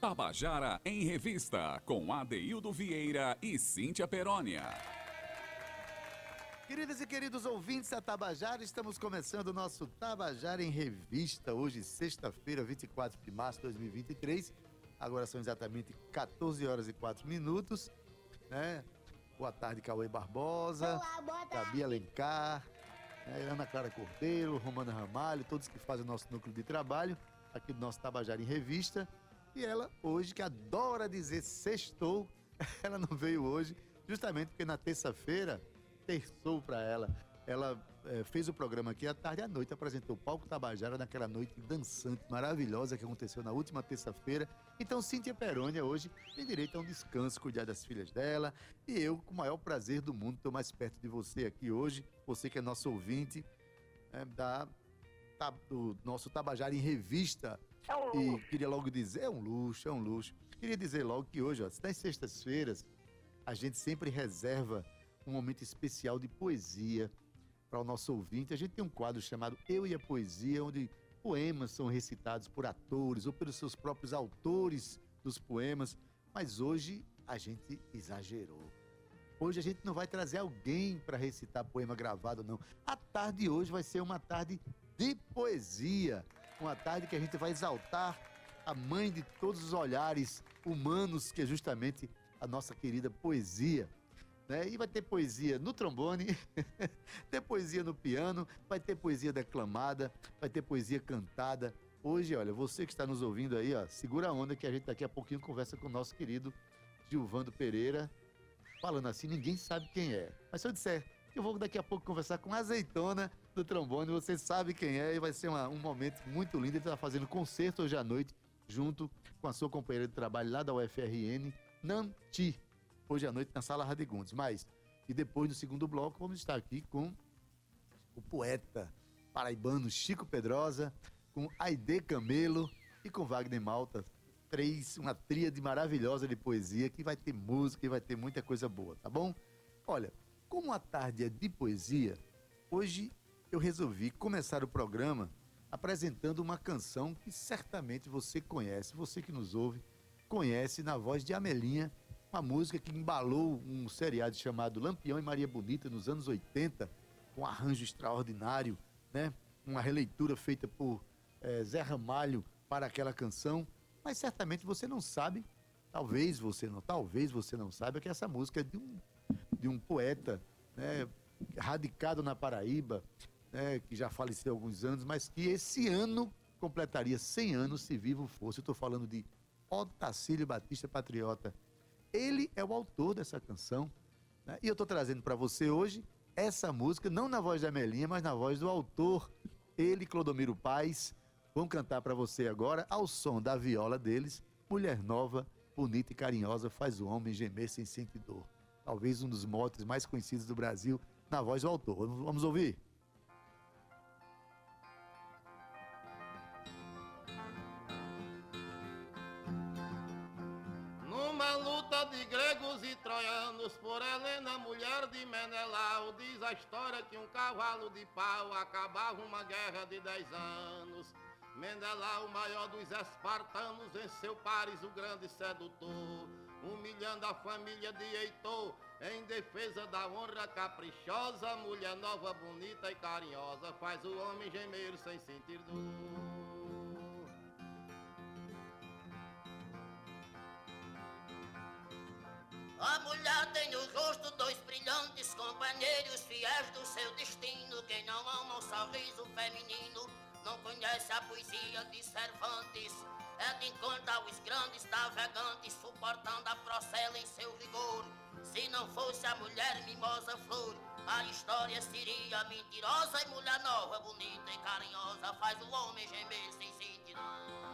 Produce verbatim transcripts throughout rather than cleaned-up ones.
Tabajara em Revista, com Adeildo Vieira e Cíntia Perônia. Queridas e queridos ouvintes da Tabajara, estamos começando o nosso Tabajara em Revista, hoje, sexta-feira, vinte e quatro de março de dois mil e vinte e três. Agora são exatamente quatorze horas e quatro minutos, né? Boa tarde, Cauê Barbosa, Olá, boa tarde. Gabi Alencar, né? Ana Clara Cordeiro, Romana Ramalho, todos que fazem o nosso núcleo de trabalho aqui do nosso Tabajara em Revista. E ela, hoje, que adora dizer sextou, ela não veio hoje, justamente porque na terça-feira, terçou para ela. Ela é, fez o programa aqui à tarde e à noite, apresentou o Palco Tabajara naquela noite dançante, maravilhosa que aconteceu na última terça-feira. Então, Cíntia Perônia hoje tem direito a um descanso, cuidar das filhas dela. E eu, com o maior prazer do mundo, estou mais perto de você aqui hoje, você que é nosso ouvinte, é, da, da, do nosso Tabajara em Revista. E queria logo dizer, é um luxo, é um luxo. Queria dizer logo que hoje, ó, nas sextas-feiras, a gente sempre reserva um momento especial de poesia para o nosso ouvinte. A gente tem um quadro chamado Eu e a Poesia, onde poemas são recitados por atores ou pelos seus próprios autores dos poemas. Mas hoje a gente exagerou. Hoje a gente não vai trazer alguém para recitar poema gravado, não. A tarde de hoje vai ser uma tarde de poesia. Uma tarde que a gente vai exaltar a mãe de todos os olhares humanos, que é justamente a nossa querida poesia. Né? E vai ter poesia no trombone, ter poesia no piano, vai ter poesia declamada, vai ter poesia cantada. Hoje, olha, você que está nos ouvindo aí, ó, segura a onda que a gente daqui a pouquinho conversa com o nosso querido Gilvando Pereira. Falando assim, ninguém sabe quem é. Mas se eu disser que eu vou daqui a pouco conversar com a Azeitona do trombone, você sabe quem é, e vai ser uma, um momento muito lindo. Ele está fazendo concerto hoje à noite, junto com a sua companheira de trabalho lá da U F R N, Nanti, hoje à noite na Sala Radegundes. Mas, e depois no segundo bloco, vamos estar aqui com o poeta paraibano Chico Pedrosa, com Aide Camelo e com Wagner Malta. Três, uma tríade maravilhosa de poesia, que vai ter música e vai ter muita coisa boa, tá bom? Olha, como a tarde é de poesia, hoje eu resolvi começar o programa apresentando uma canção que certamente você conhece, você que nos ouve, conhece, na voz de Amelinha, uma música que embalou um seriado chamado Lampião e Maria Bonita nos anos oitenta, com um arranjo extraordinário, né? Uma releitura feita por é, Zé Ramalho para aquela canção, mas certamente você não sabe, talvez você não, talvez você não saiba que essa música é de um, de um poeta, né, radicado na Paraíba, né, que já faleceu há alguns anos, mas que esse ano completaria cem anos se vivo fosse. Eu estou falando de Otacílio Batista Patriota. Ele é o autor dessa canção, né? E eu estou trazendo para você hoje essa música, não na voz da Amelinha, mas na voz do autor, ele, Clodomiro Paz. Vão cantar para você agora, ao som da viola deles, Mulher Nova, Bonita e Carinhosa, Faz o Homem Gemer Sem Sentir Dor. Talvez um dos motes mais conhecidos do Brasil, na voz do autor. Vamos ouvir? Numa luta de gregos e troianos por Helena, mulher de Menelau, diz a história que um cavalo de pau acabava uma guerra de dez anos. Menelau, o maior dos espartanos, venceu Paris, o grande sedutor, humilhando a família de Heitor, em defesa da honra caprichosa. Mulher nova, bonita e carinhosa, faz o homem gemer sem sentir dor. A mulher tem no rosto dois brilhantes companheiros fiéis do seu destino. Quem não ama o sorriso feminino não conhece a poesia de Cervantes. É de encontrar os grandes navegantes, suportando a procela em seu rigor. Se não fosse a mulher mimosa flor, a história seria mentirosa. E mulher nova, bonita e carinhosa, faz o homem gemer sem sentir dor.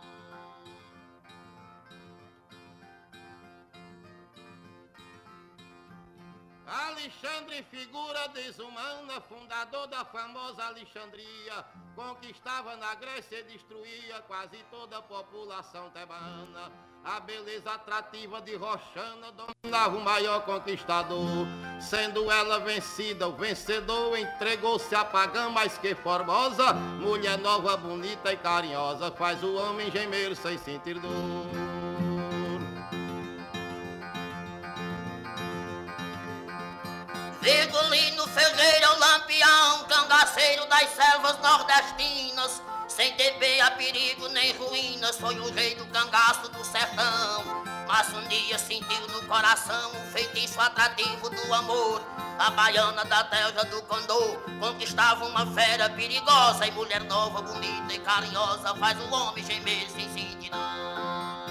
Alexandre, figura desumana, fundador da famosa Alexandria, conquistava na Grécia e destruía quase toda a população tebana. A beleza atrativa de Roxana dominava o maior conquistador. Sendo ela vencida, o vencedor entregou-se a pagã mais que formosa. Mulher nova, bonita e carinhosa, faz o homem gemer sem sentir dor. Virgulino Ferreira, o lampião, cangaceiro das selvas nordestinas, sem temer a perigo nem ruínas, foi o rei do cangaço do sertão. Mas um dia sentiu no coração um feitiço atrativo do amor. A baiana da terra do Condor conquistava uma fera perigosa, e mulher nova, bonita e carinhosa faz o homem gemer sem sentir não.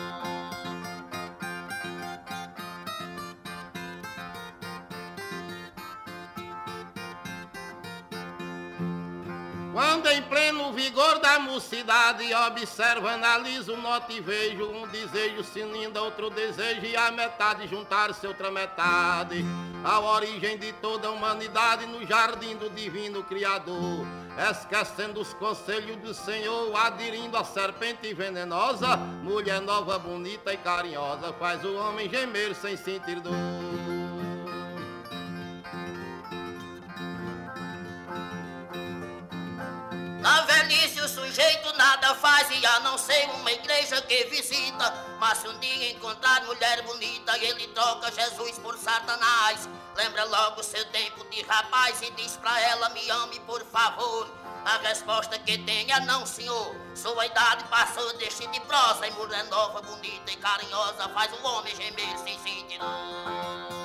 Quando em pleno vigor da mocidade observo, analiso, noto e vejo um desejo se unindo a outro desejo, e a metade juntar-se outra metade, a origem de toda a humanidade no jardim do divino Criador. Esquecendo os conselhos do Senhor, aderindo a serpente venenosa, mulher nova, bonita e carinhosa faz o homem gemer sem sentir dor. Na velhice o sujeito nada faz, e a não ser uma igreja que visita. Mas se um dia encontrar mulher bonita, ele troca Jesus por Satanás. Lembra logo seu tempo de rapaz e diz pra ela: me ame por favor. A resposta que tem é: não, senhor, sua idade passou, deixe de prosa. E mulher nova, bonita e carinhosa faz o homem gemer sem sentir não.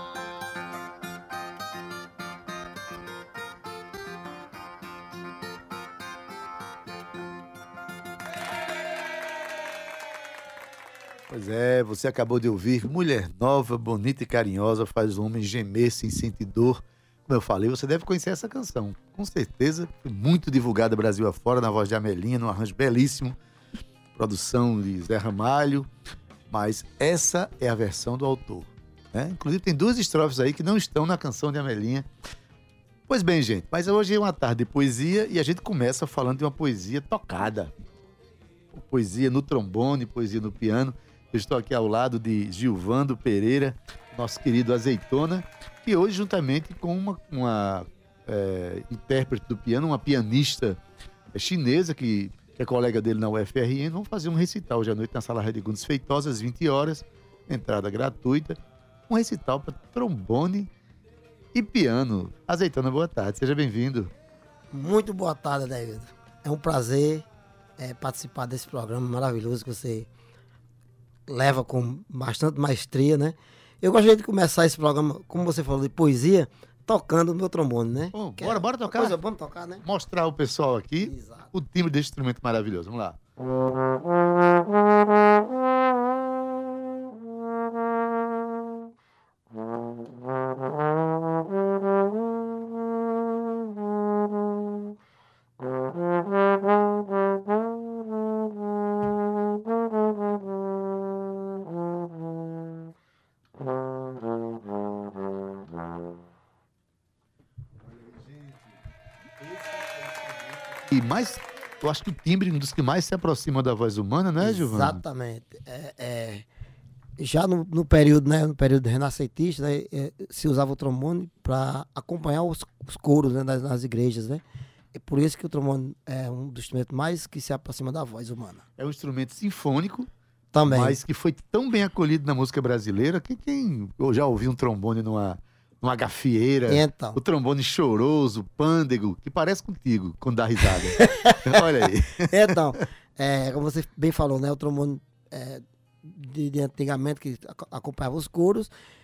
Pois é, você acabou de ouvir Mulher Nova, Bonita e Carinhosa faz o homem gemer sem sentir dor. Como eu falei, você deve conhecer essa canção. Com certeza, foi muito divulgada Brasil afora, na voz de Amelinha, num arranjo belíssimo. Produção de Zé Ramalho. Mas essa é a versão do autor, né? Inclusive tem duas estrofes aí que não estão na canção de Amelinha. Pois bem, gente, mas hoje é uma tarde de poesia e a gente começa falando de uma poesia tocada. Poesia no trombone, poesia no piano. Eu estou aqui ao lado de Gilvando Pereira, nosso querido Azeitona, que hoje, juntamente com uma, uma é, intérprete do piano, uma pianista chinesa, que, que é colega dele na U F R N, vão fazer um recital hoje à noite na Sala Redegundes Feitosa, às vinte horas, entrada gratuita. Um recital para trombone e piano. Azeitona, boa tarde, seja bem-vindo. Muito boa tarde, David. É um prazer é, participar desse programa maravilhoso que você leva com bastante maestria, né? Eu gostaria de começar esse programa, como você falou, de poesia, tocando o meu trombone, né? Oh, que bora, é bora tocar? Coisa, vamos tocar, né? Mostrar ao pessoal aqui Exato. O timbre desse instrumento maravilhoso. Vamos lá. E mais, eu acho que o timbre é um dos que mais se aproxima da voz humana, não é, Giovanni? Exatamente. É, é, já no, no período, né, no período renascentista, né, é, se usava o trombone para acompanhar os, os coros, né, nas, nas igrejas, né? É por isso que o trombone é um dos instrumentos mais que se aproxima da voz humana. É um instrumento sinfônico, Também. mas que foi tão bem acolhido na música brasileira que quem eu já ouviu um trombone numa, numa gafieira, Então. o trombone choroso, pândego, que parece contigo quando dá risada. Olha aí. Então, é, como você bem falou, né? O trombone é, de, de antigamente que ac- acompanhava os coros,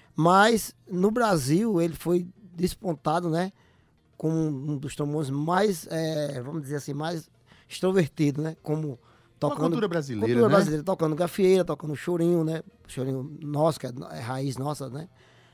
mas no Brasil ele foi despontado, né? Como um dos trombones mais, é, vamos dizer assim, mais extrovertido, né? Como tocando... cultura brasileira, cultura né? brasileira, tocando gafieira, tocando chorinho, né? Chorinho nosso, que é, é raiz nossa, né?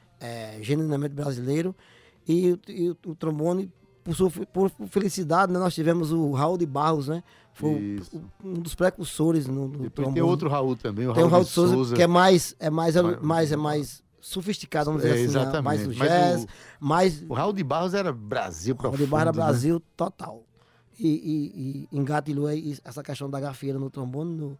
É, genuinamente brasileiro. E, e o, o trombone, por, sua, por felicidade, né? Nós tivemos o Raul de Barros, né? Foi o- Isso. o- um dos precursores no, no Depois trombone. tem outro Raul também, o Tem o Raul Raul de de Souza, Souza. que é mais, é mais, é Mas- mais, é mais sofisticado, vamos dizer É, assim, né? exatamente. Mais o Mas jazz, o- mais O Raul de Barros era Brasil o profundo, de Barra né? Brasil total. E, e, e engatilhou aí essa questão da gafieira no trombone no,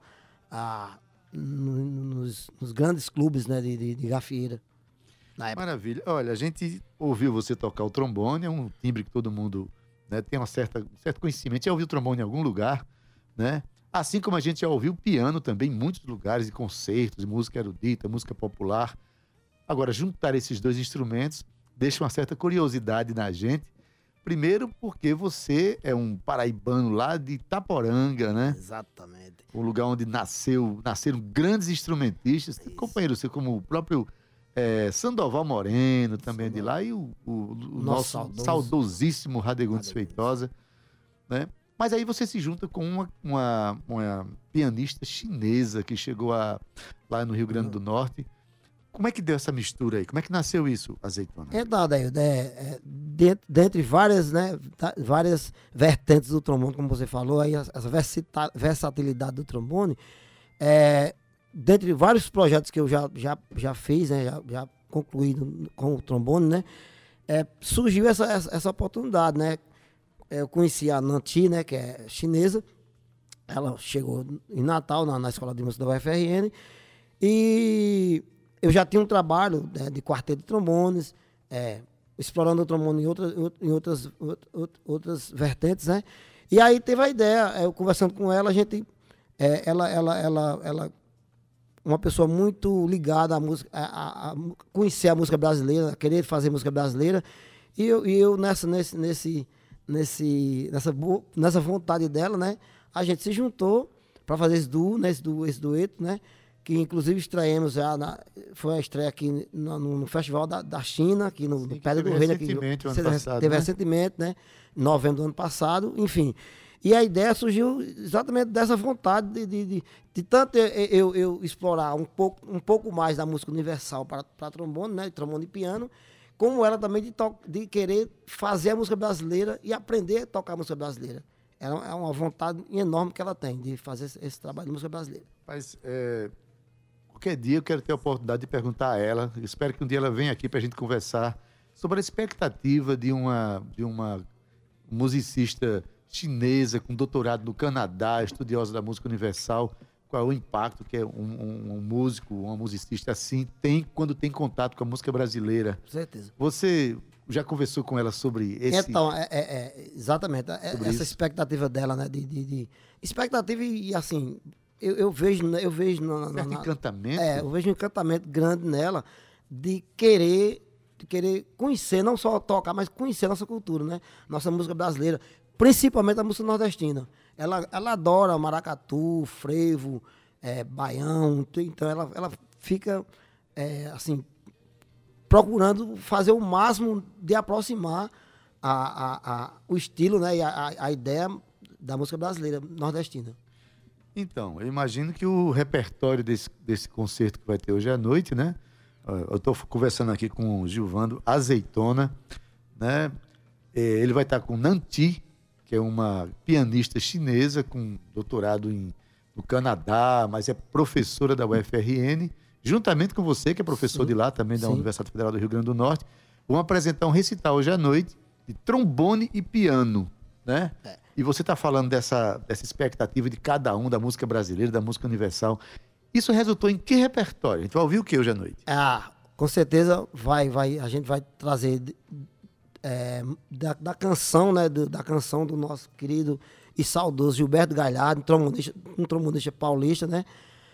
a, no- nos, nos grandes clubes, né, de, de, de gafieira. Na época. Maravilha. Olha, a gente ouviu você tocar o trombone, é um timbre que todo mundo, né, tem uma certa, um certo conhecimento. Já ouviu o trombone em algum lugar, né? Assim como a gente já ouviu o piano também em muitos lugares, de concertos, de música erudita, música popular. Agora, juntar esses dois instrumentos deixa uma certa curiosidade na gente. Primeiro porque você é um paraibano lá de Itaporanga, né? Exatamente. Um lugar onde nasceu, nasceram grandes instrumentistas. Tem companheiro seu como o próprio é, Sandoval Moreno, também é de lá, e o, o, o nosso, nosso saudoso. saudosíssimo Radegundes Feitosa, né? Mas aí você se junta com uma, uma, uma pianista chinesa que chegou a, lá no Rio Grande do Norte. Como é que deu essa mistura aí? Como é que nasceu isso, Azeitona? Então, Adaildo, é, é, dentro, dentre várias, né, várias vertentes do trombone, como você falou, aí essa versatilidade do trombone, é, dentre vários projetos que eu já, já, já fiz, né, já, já concluí com o trombone, né, é, surgiu essa, essa, essa oportunidade, né? Eu conheci a Nanti, né, que é chinesa. Ela chegou em Natal, na, na Escola de Música da U F R N, e eu já tinha um trabalho, né, de quarteto de trombones, é, explorando o trombone em outras, em outras, outras, outras vertentes, né? E aí teve a ideia, eu conversando com ela, a gente, é, ela, ela, ela, ela, uma pessoa muito ligada à música, a, a, a conhecer a música brasileira, a querer fazer música brasileira, e eu, e eu nessa, nesse, nesse, nesse, nessa, nessa vontade dela, né? A gente se juntou para fazer esse duo, né, esse, duo, esse dueto, né? Que inclusive estreamos já, na, foi a estreia aqui no, no Festival da, da China, aqui no, no Pedra do Reino. Aqui, recentemente, que, ano passado, teve né? recentemente, né? Em novembro do ano passado, enfim. E a ideia surgiu exatamente dessa vontade de, de, de, de tanto eu, eu, eu explorar um pouco, um pouco mais da música universal para, para trombone, né? Trombone e piano, como ela também de, to, de querer fazer a música brasileira e aprender a tocar a música brasileira. É uma vontade enorme que ela tem de fazer esse, esse trabalho de música brasileira. Mas, é... qualquer dia eu quero ter a oportunidade de perguntar a ela. Eu espero que um dia ela venha aqui para a gente conversar sobre a expectativa de uma, de uma musicista chinesa com doutorado no Canadá, estudiosa da música universal. Qual é o impacto que é um, um, um músico, uma musicista assim tem quando tem contato com a música brasileira? Com certeza. Você já conversou com ela sobre esse... Então, é, é, é, exatamente. É, essa isso. expectativa dela, né? De, de, de... Expectativa e, assim... Eu, eu vejo, eu vejo na, na, certo encantamento. É, eu vejo um encantamento grande nela de querer, de querer conhecer, não só tocar, mas conhecer a nossa cultura, né? Nossa música brasileira, principalmente a música nordestina. Ela, ela adora maracatu, frevo, é, baião, então ela, ela fica é, assim procurando fazer o máximo de aproximar a, a, a, o estilo, né? E a, a ideia da música brasileira nordestina. Então, eu imagino que o repertório desse, desse concerto que vai ter hoje à noite, né? Eu estou conversando aqui com o Gilvando Azeitona, né? Ele vai estar com Nanti, que é uma pianista chinesa com doutorado em, no Canadá, mas é professora da U F R N, juntamente com você, que é professor Sim. de lá também, da Sim. Universidade Federal do Rio Grande do Norte. Vão apresentar um recital hoje à noite de trombone e piano, né? É. E você está falando dessa, dessa expectativa de cada um, da música brasileira, da música universal. Isso resultou em que repertório? A gente vai ouvir o que hoje à noite? Ah, com certeza vai, vai, a gente vai trazer é, da, da canção, né, do, da canção do nosso querido e saudoso Gilberto Galhardo, um trombonista, um trombonista paulista, né?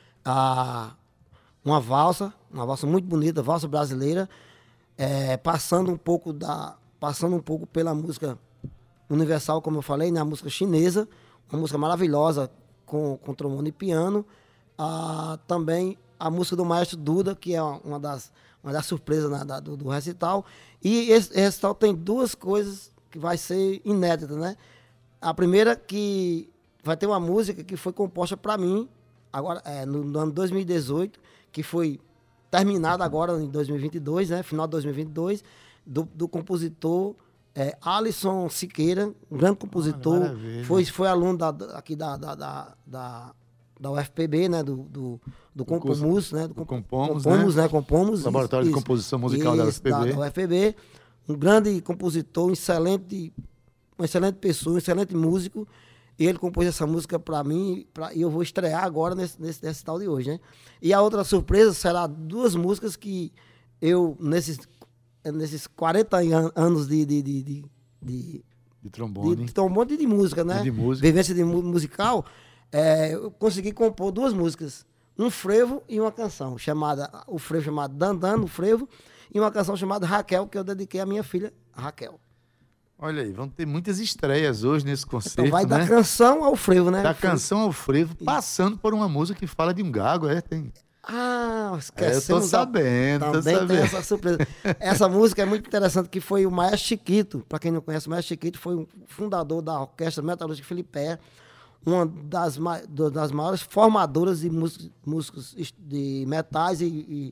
Ah, uma valsa, uma valsa muito bonita, valsa brasileira, é, passando um pouco da, passando um pouco pela música universal, como eu falei, na música chinesa, uma música maravilhosa com, com trombone e piano. Ah, também a música do Maestro Duda, que é uma das, uma das surpresas, né, da, do, do recital. E esse recital tem duas coisas que vai ser inéditas, né? A primeira, que vai ter uma música que foi composta para mim agora, é, no, no ano dois mil e dezoito, que foi terminada agora em dois mil e vinte e dois, né? Final de dois mil e vinte e dois, do, do compositor É, Alisson Siqueira, um grande compositor, ah, foi, foi aluno da, aqui da, da, da, da, da U F P B, né, do, do, do Compomus, né, do, do Compomos, Compomos, né? né, Compomos, Laboratório isso, de Composição Musical isso, da U F P B. Da, da U F P B, um grande compositor, um excelente, uma excelente pessoa, um excelente músico, e ele compôs essa música para mim, pra, e eu vou estrear agora nesse, nesse, nesse tal de hoje, né. E a outra surpresa será duas músicas que eu, nesses nesses quarenta anos de, de, de, de, de, de trombone, de, de trombone e de música, né? De música. Vivência de musical, é, eu consegui compor duas músicas, um frevo e uma canção, chamada, o frevo chamado Dandan, o frevo, e uma canção chamada Raquel, que eu dediquei à minha filha, Raquel. Olha aí, vão ter muitas estreias hoje nesse concerto, Então vai né? da canção ao frevo, né? Da canção ao frevo, passando por uma música que fala de um gago, é, tem... Ah, É, eu esquecemos. tô da- sabendo, tô Também tem sabendo. essa surpresa. Essa música é muito interessante, que foi o Maestro Chiquito. Para quem não conhece, o Maestro Chiquito foi o fundador da Orquestra Metalúrgica Filipeia, uma das, ma- do- das maiores formadoras de músicos, músicos est- de metais e, e-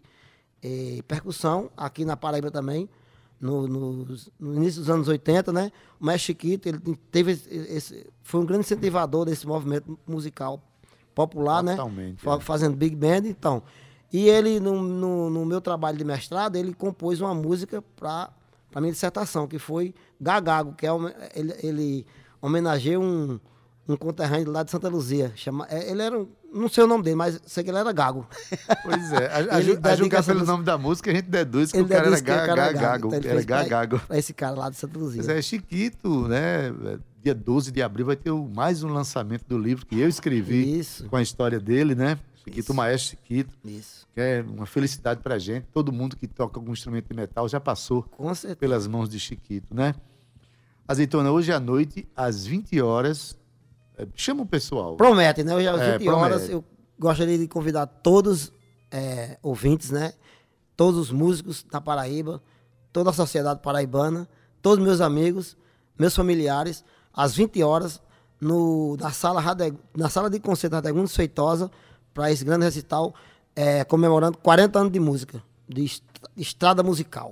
e percussão, aqui na Paraíba também, no, nos- no início dos anos oitenta, né? O Maestro Chiquito, ele teve esse, esse- foi um grande incentivador desse movimento musical popular, Totalmente, né? Fa- é. Fazendo big band, então. E ele, no, no, no meu trabalho de mestrado, ele compôs uma música para a minha dissertação, que foi Gagago, que é uma- ele, ele homenageia um, um conterrâneo lá de Santa Luzia. Chama, é, ele era, um- não sei o nome dele, mas sei que ele era gago. Pois é, a, a, Ele ju- a dedica julgar essa pelo música- nome da música, a gente deduz que Ele o cara era disse que o ga- cara ga- era gago, Então ele era fez pra- gagago. pra esse cara lá de Santa Luzia. Pois é, Chiquito, né? Dia doze de abril vai ter o- mais um lançamento do livro que eu escrevi Isso, com a história dele, né? Chiquito, Isso. o Maestro Chiquito, isso. que é uma felicidade pra gente. Todo mundo que toca algum instrumento de metal já passou Com certeza. pelas mãos de Chiquito, né? Azeitona, hoje à noite, às vinte horas, eh, chama o pessoal. Promete, né? Hoje às É, vinte horas promete. eu gostaria de convidar todos é, ouvintes, né? Todos os músicos da Paraíba, toda a sociedade paraibana, todos meus amigos, meus familiares, às vinte horas, no, na, sala Rade, na sala de concerto Radegundes Feitosa, para esse grande recital, é, comemorando quarenta anos de música, de est- estrada musical.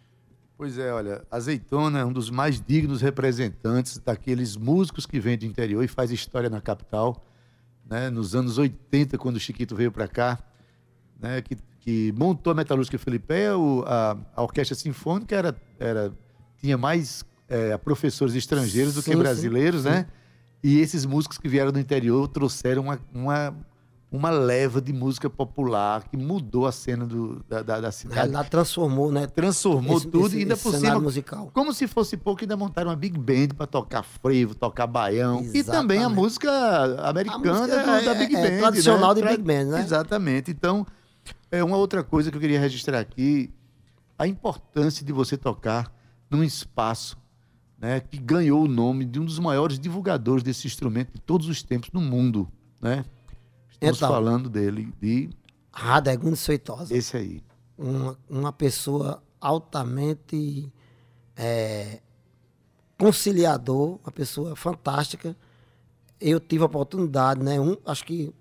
Pois é, olha, Azeitona é um dos mais dignos representantes daqueles músicos que vêm do interior e faz história na capital, né? Nos anos oitenta, quando o Chiquito veio para cá, né? que, que montou a Metalúrgica Filipeia, o- a, a Orquestra Sinfônica era, era, tinha mais é, professores estrangeiros do que Sim, sim, brasileiros, né? E esses músicos que vieram do interior trouxeram uma, uma, uma leva de música popular que mudou a cena do, da, da, da Na cidade, realidade, transformou, né? transformou esse- tudo esse- e ainda esse por cenário cima, musical. como se fosse pouco, ainda montaram uma big band para tocar frevo, tocar baião. E Exatamente. também a música americana A música do- da é- Big é Band. tradicional né? de Big Band, né? Exatamente. Então, é uma outra coisa que eu queria registrar aqui, a importância de você tocar num espaço, né, que ganhou o nome de um dos maiores divulgadores desse instrumento de todos os tempos no mundo, né? Estamos Então. falando dele, de Radegundes Feitosa. esse aí. uma, uma pessoa altamente é, conciliador, uma pessoa fantástica. Eu tive a oportunidade, né? Um, acho que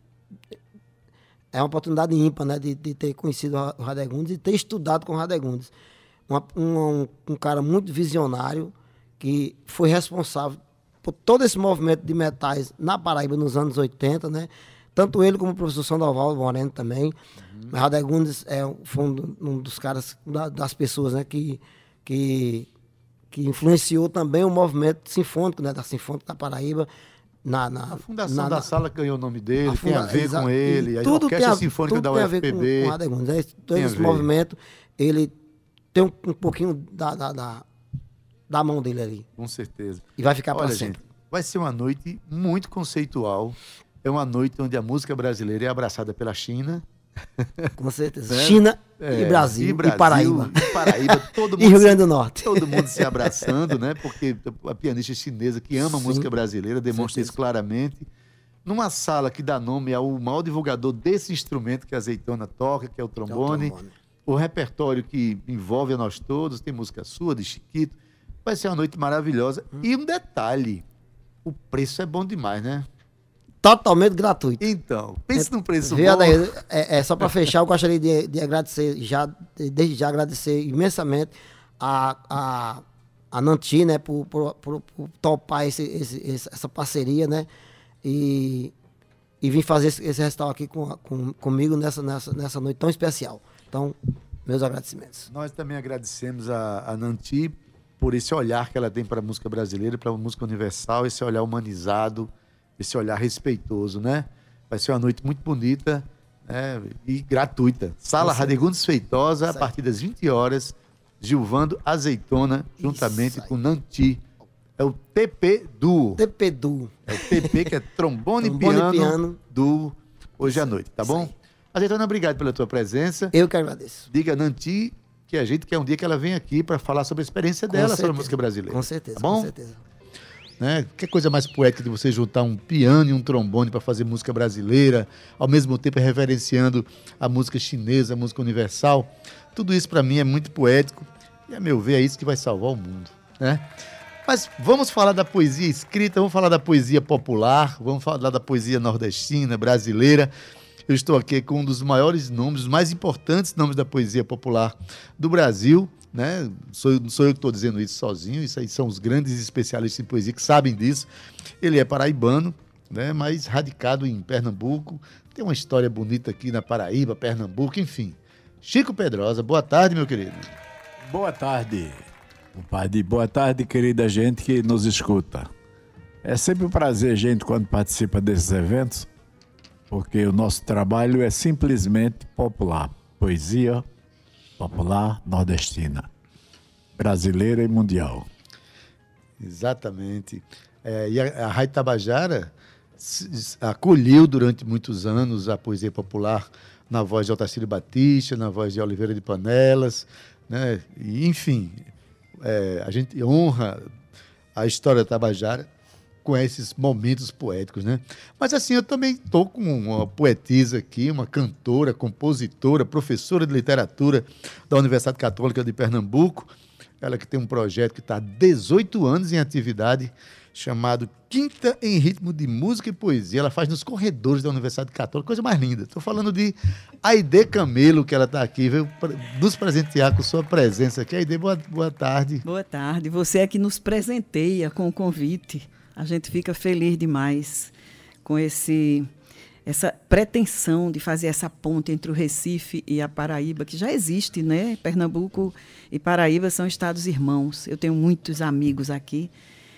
é uma oportunidade ímpar, né? De, de ter conhecido o Radegundes e ter estudado com o Radegundes. Uma- um, um cara muito visionário que foi responsável por todo esse movimento de metais na Paraíba nos anos oitenta, né? Tanto ele como o professor Sandoval Moreno também. Mas Radegundes é, um- foi um, do- um dos caras, da- das pessoas, né, que, que, que influenciou também o movimento sinfônico, né, da Sinfônica da Paraíba. Na, na, A fundação na- da na- sala ganhou o nome dele, a tem a funda- ver exa- com e ele, a tudo Orquestra tem a- Sinfônica tudo da tem a ver com- U F P B. com Radegundes, né? Todo Tem a esse ver. movimento, ele tem um, um pouquinho da, da, da, da mão dele ali. Com certeza. E vai ficar para Olha, sempre. gente, vai ser uma noite muito conceitual. É uma noite onde a música brasileira é abraçada pela China. Com certeza. Né? China É, e, Brasil, e e Brasil, Paraíba. E Paraíba, todo E Rio mundo, Grande do Norte. todo mundo se abraçando, né? Porque a pianista chinesa que ama a Sim, música brasileira demonstra certeza. isso claramente. Numa sala que dá nome ao maior divulgador desse instrumento que a Azeitona toca, que é o É o trombone. trombone. O repertório que envolve a nós todos, tem música sua, de Chiquito. Vai ser uma noite maravilhosa. Hum. E um detalhe, o preço é bom demais, né? Totalmente gratuito. Então, pense num preço Vê, bom. Adair, é, é, só para fechar, eu gostaria de, de agradecer, já, de- desde já agradecer imensamente a, a, a Nanti, né, por, por, por- por topar esse, esse- esse- essa parceria, né, e, e vir fazer esse, esse recital aqui com, com- comigo nessa, nessa, nessa noite tão especial. Então, meus agradecimentos. Nós também agradecemos a, a Nanti por esse olhar que ela tem para a música brasileira, para a música universal, esse olhar humanizado, esse olhar respeitoso, né? Vai ser uma noite muito bonita, né? E gratuita. Sala Isso. Radegundes Feitosa, a Isso aí. partir das vinte horas, Gilvando Azeitona, juntamente Isso aí. com Nanti. É o T P Duo. T P Du. É o T P, que é trombone, e Trombone e piano, piano. do hoje à noite, tá Isso bom? aí. Azeitona, obrigado pela tua presença. Eu que agradeço. Diga, Nanti, que a gente quer um dia que ela venha aqui para falar sobre a experiência Com dela certeza, sobre a música brasileira. Com certeza, tá bom? com certeza. Né? Que coisa mais poética de você juntar um piano e um trombone para fazer música brasileira, ao mesmo tempo reverenciando a música chinesa, a música universal. Tudo isso para mim é muito poético e, a meu ver, é isso que vai salvar o mundo, né? Mas vamos falar da poesia escrita, vamos falar da poesia popular, vamos falar da poesia nordestina, brasileira. Eu estou aqui com um dos maiores nomes, os mais importantes nomes da poesia popular do Brasil, né? Sou, sou eu que estou dizendo isso sozinho, isso aí são os grandes especialistas em poesia que sabem disso. Ele é paraibano, né? Mas radicado em Pernambuco, tem uma história bonita aqui na Paraíba, Pernambuco, enfim. Chico Pedrosa, boa tarde, meu querido. Boa tarde, compadre. Boa tarde, querida gente que nos escuta. É sempre um prazer, gente, quando participa desses eventos, porque o nosso trabalho é simplesmente popular. Poesia popular nordestina, brasileira e mundial. Exatamente. É, e a, a Rádio Tabajara s- acolheu durante muitos anos a poesia popular na voz de Otacílio Batista, na voz de Oliveira de Panelas, né? E, enfim, é, a gente honra a história da Tabajara com esses momentos poéticos, né? Mas assim, eu também estou com uma poetisa aqui, uma cantora, compositora, professora de literatura da Universidade Católica de Pernambuco, ela que tem um projeto que está há dezoito anos em atividade, chamado Quinta em Ritmo de Música e Poesia. Ela faz nos corredores da Universidade Católica, coisa mais linda. Estou falando de Aide Camelo, que ela está aqui, veio pra- nos presentear com sua presença aqui. Aide, boa, boa tarde. Boa tarde. Você é que nos presenteia com o convite. A gente fica feliz demais com esse, essa pretensão de fazer essa ponte entre o Recife e a Paraíba, que já existe, né? Pernambuco e Paraíba são estados irmãos. Eu tenho muitos amigos aqui.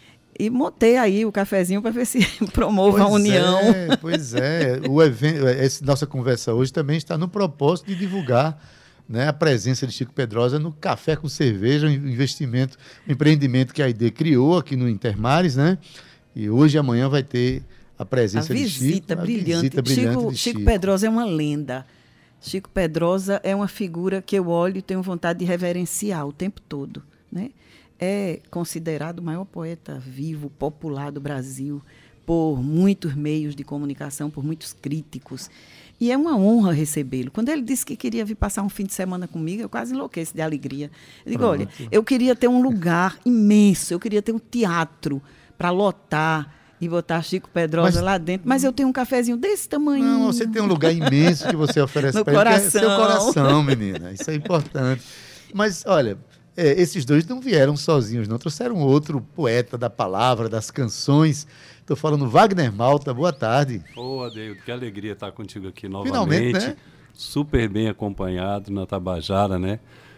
E montei aí o cafezinho para ver se promove a união. É, pois é. O evento, essa nossa conversa hoje também está no propósito de divulgar, né, a presença de Chico Pedrosa no Café com Cerveja, um investimento, um empreendimento que a Aide criou aqui no Intermares, né? E hoje e amanhã vai ter a A presença de visita Chico. brilhante. A visita brilhante Chico, de Chico Chico. Pedrosa é uma lenda. Chico Pedrosa é uma figura que eu olho e tenho vontade de reverenciar o tempo todo, né? É considerado o maior poeta vivo, popular do Brasil, por muitos meios de comunicação, por muitos críticos. E é uma honra recebê-lo. Quando ele disse que queria vir passar um fim de semana comigo, eu quase enlouqueço de alegria. Eu digo, olha, eu queria ter um lugar imenso, eu queria ter um teatro para lotar e botar Chico Pedrosa Mas- lá dentro, mas eu tenho um cafezinho desse tamanho. Não, você tem um lugar imenso que você oferece No para ele, que é seu coração. coração, menina. Isso é importante. Mas, olha, é, esses dois não vieram sozinhos, não. Trouxeram outro poeta da palavra, das canções. Estou falando Wagner Malta. Boa tarde. Ô, Adeildo, que alegria estar contigo aqui novamente. Finalmente, né? Super bem acompanhado na Tabajara, né?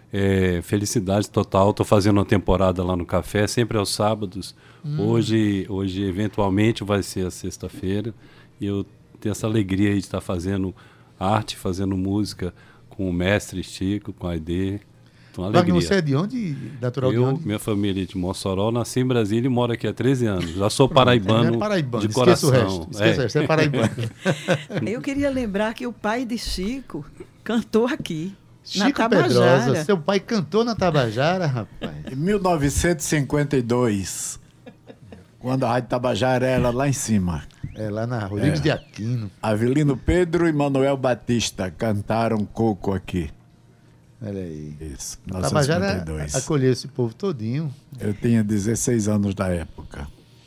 É, felicidade total. Estou fazendo uma temporada lá no café, sempre aos sábados. Hum. Hoje, hoje, eventualmente, vai ser a sexta-feira. E eu tenho essa alegria aí de estar fazendo arte, fazendo música com o mestre Chico, com a Aide. Uma Wagner, alegria. você é de onde? Natural de Eu, onde? minha família é de Mossoró, nasci em Brasília e moro aqui há treze anos. Já sou paraibano, é paraibano. de Esqueça coração. o resto. Esqueça É. o resto. É paraibano. Eu queria lembrar que o pai de Chico cantou aqui, na Chico Tabajara. Pedrosa, seu pai cantou na Tabajara, rapaz. Em mil novecentos e cinquenta e dois, quando a Rádio Tabajara era lá em cima, É, lá na Rodrigues de Aquino. Avelino Pedro e Manuel Batista cantaram Coco aqui. Olha aí. Isso, A Tabajara mil novecentos e cinquenta e dois. acolheu esse povo todinho. Eu tinha dezesseis anos da época.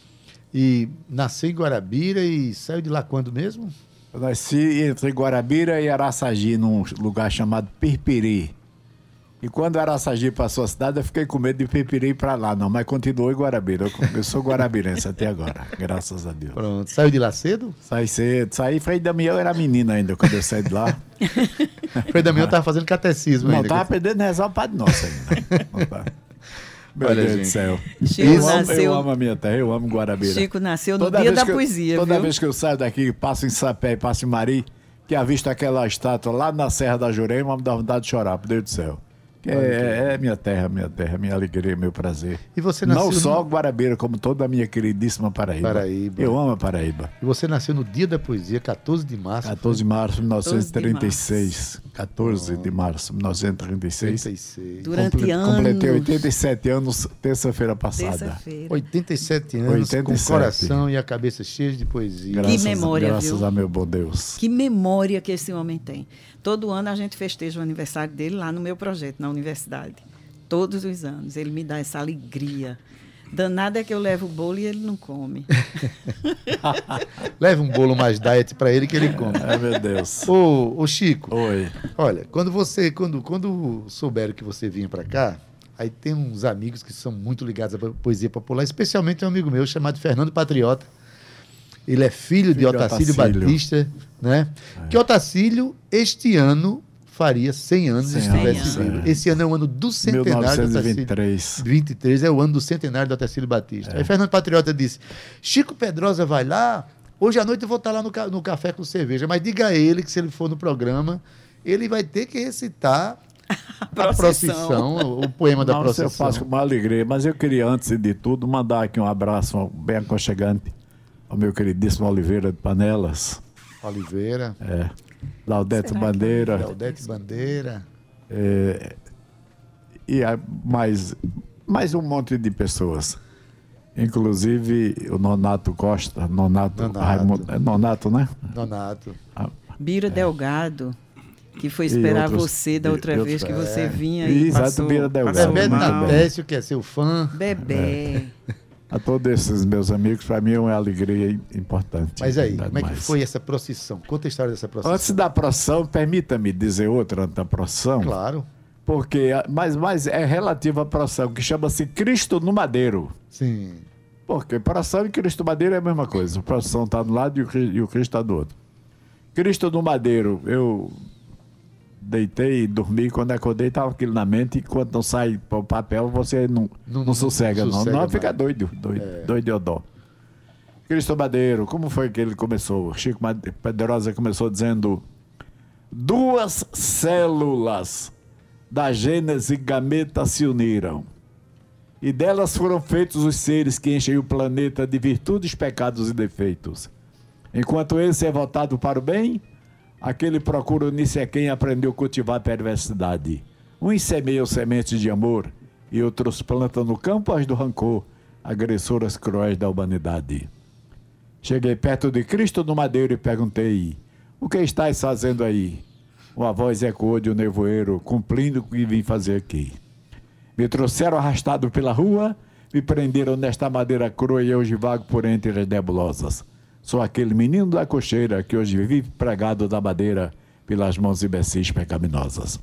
E nasceu em Guarabira e saiu de lá quando mesmo? Eu nasci entre Guarabira e Araçagi, num lugar chamado Pirpiri. E quando Araçagi passou a cidade, eu fiquei com medo de Pirpiri ir para lá. Não, mas continuou em Guarabira. Eu, eu sou guarabirense até agora, graças a Deus. Pronto. Saiu de lá cedo? Saí cedo, saí. Frei Damião era menina ainda quando eu saí de lá. Frei Damião estava fazendo catecismo Não, ainda. estava aprendendo a rezar o Padre Nosso ainda. Não tá. Meu Olha, Deus gente. do céu. Chico Eu amo, nasceu- eu amo a minha terra, eu amo Guarabira. Chico nasceu no Toda dia vez da que eu- poesia, Toda viu? vez que eu saio daqui, passo em Sapé e passo em Mari, que avisto aquela estátua lá na Serra da Jurema, me dá vontade de chorar, por Deus do céu. Que é, é minha terra, minha terra, minha alegria, meu prazer. E você nasceu Não só no... Guarabira, como toda a minha queridíssima Paraíba. Paraíba. Eu amo a Paraíba. E você nasceu no dia da poesia, quatorze de março. quatorze de março de mil novecentos e trinta e seis. quatorze de março de mil novecentos e trinta e seis. oitenta e seis. Durante Comple- anos. Completei oitenta e sete anos, terça-feira passada. Terça-feira. oitenta e sete anos, oitenta e com o sete. coração e a cabeça cheia de poesia. Graças, memória, graças viu? a meu bom Deus. Que memória que esse homem tem. Todo ano a gente festeja o aniversário dele lá no meu projeto, na universidade. Todos os anos. Ele me dá essa alegria. Danada é que eu levo o bolo e ele não come. Leva um bolo mais diet para ele que ele come. Ai, meu Deus. Ô, ô Chico, Oi. olha, quando você, quando, quando souberam que você vinha para cá, aí tem uns amigos que são muito ligados à poesia popular, especialmente um amigo meu chamado Fernando Patriota. Ele é filho, de Filho de Otacílio Otacílio. Batista, né? É. Que Otacílio, este ano, faria cem anos se cem estivesse anos, vivo. é. Esse ano é o ano do mil centenário do novecentos e vinte e Otacílio. três. vinte e três é o ano do centenário do Otacílio Batista. É. Aí Fernando Patriota disse, Chico Pedrosa vai lá, hoje à noite eu vou estar lá no, ca- no café com cerveja, mas diga a ele que se ele for no programa, ele vai ter que recitar a procissão. procissão, o, o poema da Não, isso eu faço com procissão. uma alegria, mas eu queria, antes de tudo, mandar aqui um abraço bem aconchegante ao meu queridíssimo Oliveira de Panelas, Oliveira, é, Laudete Será que Bandeira, Gaudete Bandeira, é, e a- mais, mais um monte de pessoas. Inclusive o Nonato Costa, Nonato, Nonato. Raimundo, é Nonato, né? Nonato. Bira Delgado, que foi esperar outros- você da e- outra e vez que outros- você é. vinha e Exato, passou, Bira Delgado. passou Bebeto mal. Natécio, que é seu fã. Bebê. A todos esses meus amigos, para mim é uma alegria importante. Mas aí, Nada como é que mais. foi essa procissão? Conta a história dessa procissão. Antes da procissão, permita-me dizer outra antes da procissão, Claro, porque a- mas, mas é relativa à procissão, que chama-se Cristo no Madeiro. sim. Porque procissão e Cristo no Madeiro é a mesma coisa. A procissão está de um lado e o, Cri- e o Cristo está do outro. Cristo no Madeiro, eu deitei e dormi, quando acordei estava aquilo na mente, e quando não sai para o papel, você não, Não- não, não sossega, não. sossega Não, fica mais. doido, doido, doido de odó. Cristo Madeiro, como foi que ele começou? Chico Made- Pedrosa começou dizendo: duas células da gênese gameta se uniram, e delas foram feitos os seres que enchem o planeta de virtudes, pecados e defeitos. Enquanto esse é voltado para o bem, aquele procura unir-se a quem aprendeu a cultivar a perversidade. Uns semeiam sementes de amor e outros plantam no campo as do rancor, agressoras cruéis da humanidade. Cheguei perto de Cristo no Madeiro e perguntei: o que estás fazendo aí? Uma voz ecoou de um nevoeiro, cumprindo o que vim fazer aqui. Me trouxeram arrastado pela rua, me prenderam nesta madeira crua e hoje vago por entre as nebulosas. Sou aquele menino da cocheira que hoje vive pregado da madeira pelas mãos imbecis pecaminosas.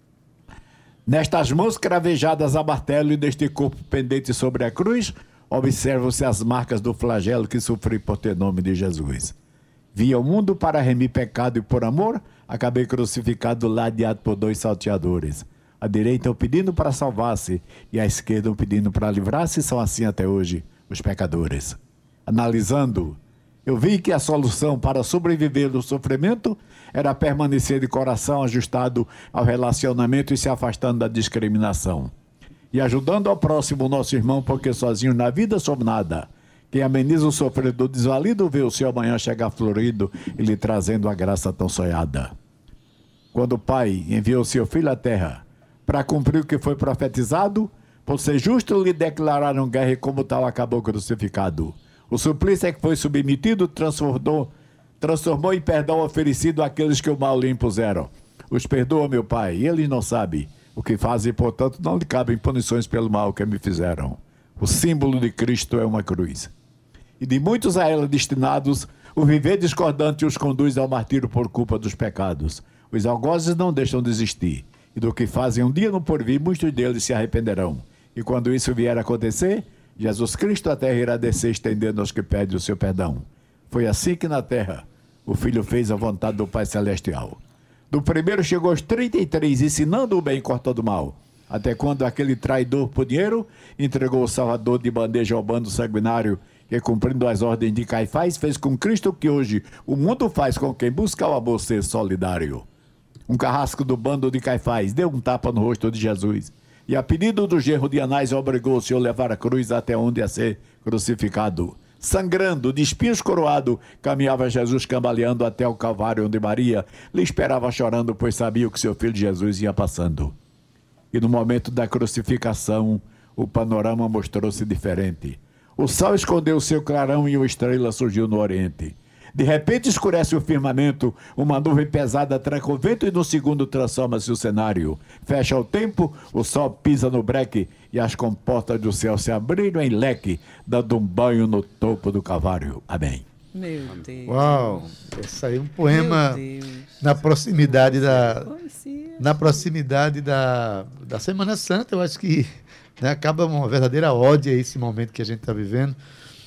Nestas mãos cravejadas a martelo e neste corpo pendente sobre a cruz, observam-se as marcas do flagelo que sofri por ter nome de Jesus. Vi ao mundo para remir pecado e por amor, acabei crucificado ladeado por dois salteadores. A direita o pedindo para salvar-se e a esquerda o pedindo para livrar-se, são assim até hoje os pecadores. Analisando, eu vi que a solução para sobreviver do sofrimento era permanecer de coração ajustado ao relacionamento e se afastando da discriminação. E ajudando ao próximo, nosso irmão, porque sozinho na vida somos nada. Quem ameniza o sofrer do desvalido vê o seu amanhã chegar florido e lhe trazendo a graça tão sonhada. Quando o Pai enviou seu Filho à terra para cumprir o que foi profetizado, por ser justo lhe declararam guerra e como tal acabou crucificado. O suplício é que foi submetido, transformou, transformou em perdão oferecido àqueles que o mal lhe impuseram. Os perdoa, meu Pai, e eles não sabem o que fazem, portanto não lhe cabem punições pelo mal que me fizeram. O símbolo de Cristo é uma cruz. E de muitos a ela destinados, o viver discordante os conduz ao martírio por culpa dos pecados. Os algozes não deixam de existir, e do que fazem um dia no porvir, muitos deles se arrependerão. E quando isso vier a acontecer, Jesus Cristo a terra irá descer, estendendo aos que pedem o seu perdão. Foi assim que na terra o Filho fez a vontade do Pai Celestial. Do primeiro chegou aos trinta e três, ensinando o bem e cortando o mal. Até quando aquele traidor por dinheiro entregou o Salvador de bandeja ao bando sanguinário, que, cumprindo as ordens de Caifás, fez com Cristo o que hoje o mundo faz com quem busca o amor ser solidário. Um carrasco do bando de Caifás deu um tapa no rosto de Jesus e, a pedido do genro de Anás, obrigou o Senhor a levar a cruz até onde ia ser crucificado. Sangrando, de espinhos coroado, caminhava Jesus cambaleando até o Calvário, onde Maria lhe esperava chorando, pois sabia que seu filho Jesus ia passando. E no momento da crucificação, o panorama mostrou-se diferente. O sol escondeu seu clarão e uma estrela surgiu no oriente. De repente escurece o firmamento, uma nuvem pesada tranca o vento e no segundo transforma-se o cenário. Fecha o tempo, o sol pisa no breque e as comportas do céu se abriram em leque, dando um banho no topo do Calvário. Amém. Meu Deus. Uau, esse aí é um poema na proximidade da na proximidade da, da Semana Santa. Eu acho que, né, acaba uma verdadeira ode a esse momento que a gente está vivendo.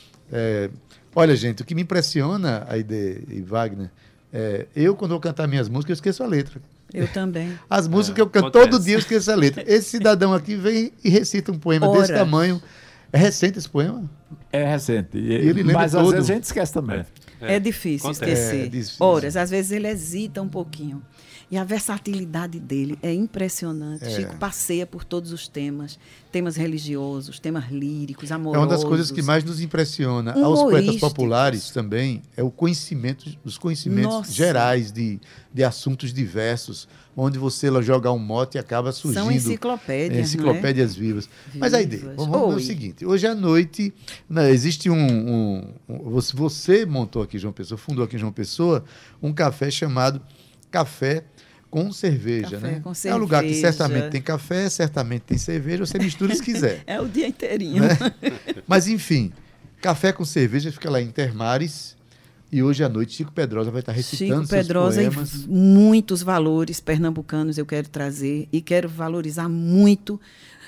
É, olha, gente, o que me impressiona, Aide e Wagner, é, eu, quando vou cantar minhas músicas, eu esqueço a letra. Eu também. As músicas É, que eu canto acontece. todo dia, eu esqueço a letra. Esse cidadão aqui vem e recita um poema Ora. desse tamanho. É recente esse poema? É recente, e- ele lembra mas às todo. vezes a gente esquece também. É, difícil acontece. esquecer. É difícil. Horas, às vezes ele hesita um pouquinho. E a versatilidade dele é impressionante. É. Chico passeia por todos os temas. Temas religiosos, temas líricos, É amorosos. uma das coisas que mais nos impressiona aos poetas Humorísticos. populares também, é o conhecimento, os conhecimentos Nossa. gerais de, de assuntos diversos, onde você lá joga um mote e acaba surgindo São enciclopédias, é, enciclopédias vivas. Mas aí, Vivas. vamos, vamos ver o Oi. seguinte, hoje à noite, né, existe um, um, um- você- Você montou aqui em João Pessoa, fundou aqui em João Pessoa, um café chamado Café com Cerveja, Café né? com É um lugar que cerveja. certamente tem café, certamente tem cerveja, você mistura se quiser. É o dia inteirinho. Né? Mas, enfim, Café com Cerveja fica lá em Intermares. E hoje à noite, Chico Pedrosa vai estar recitando Chico Pedrosa seus poemas. e muitos valores pernambucanos eu quero trazer e quero valorizar muito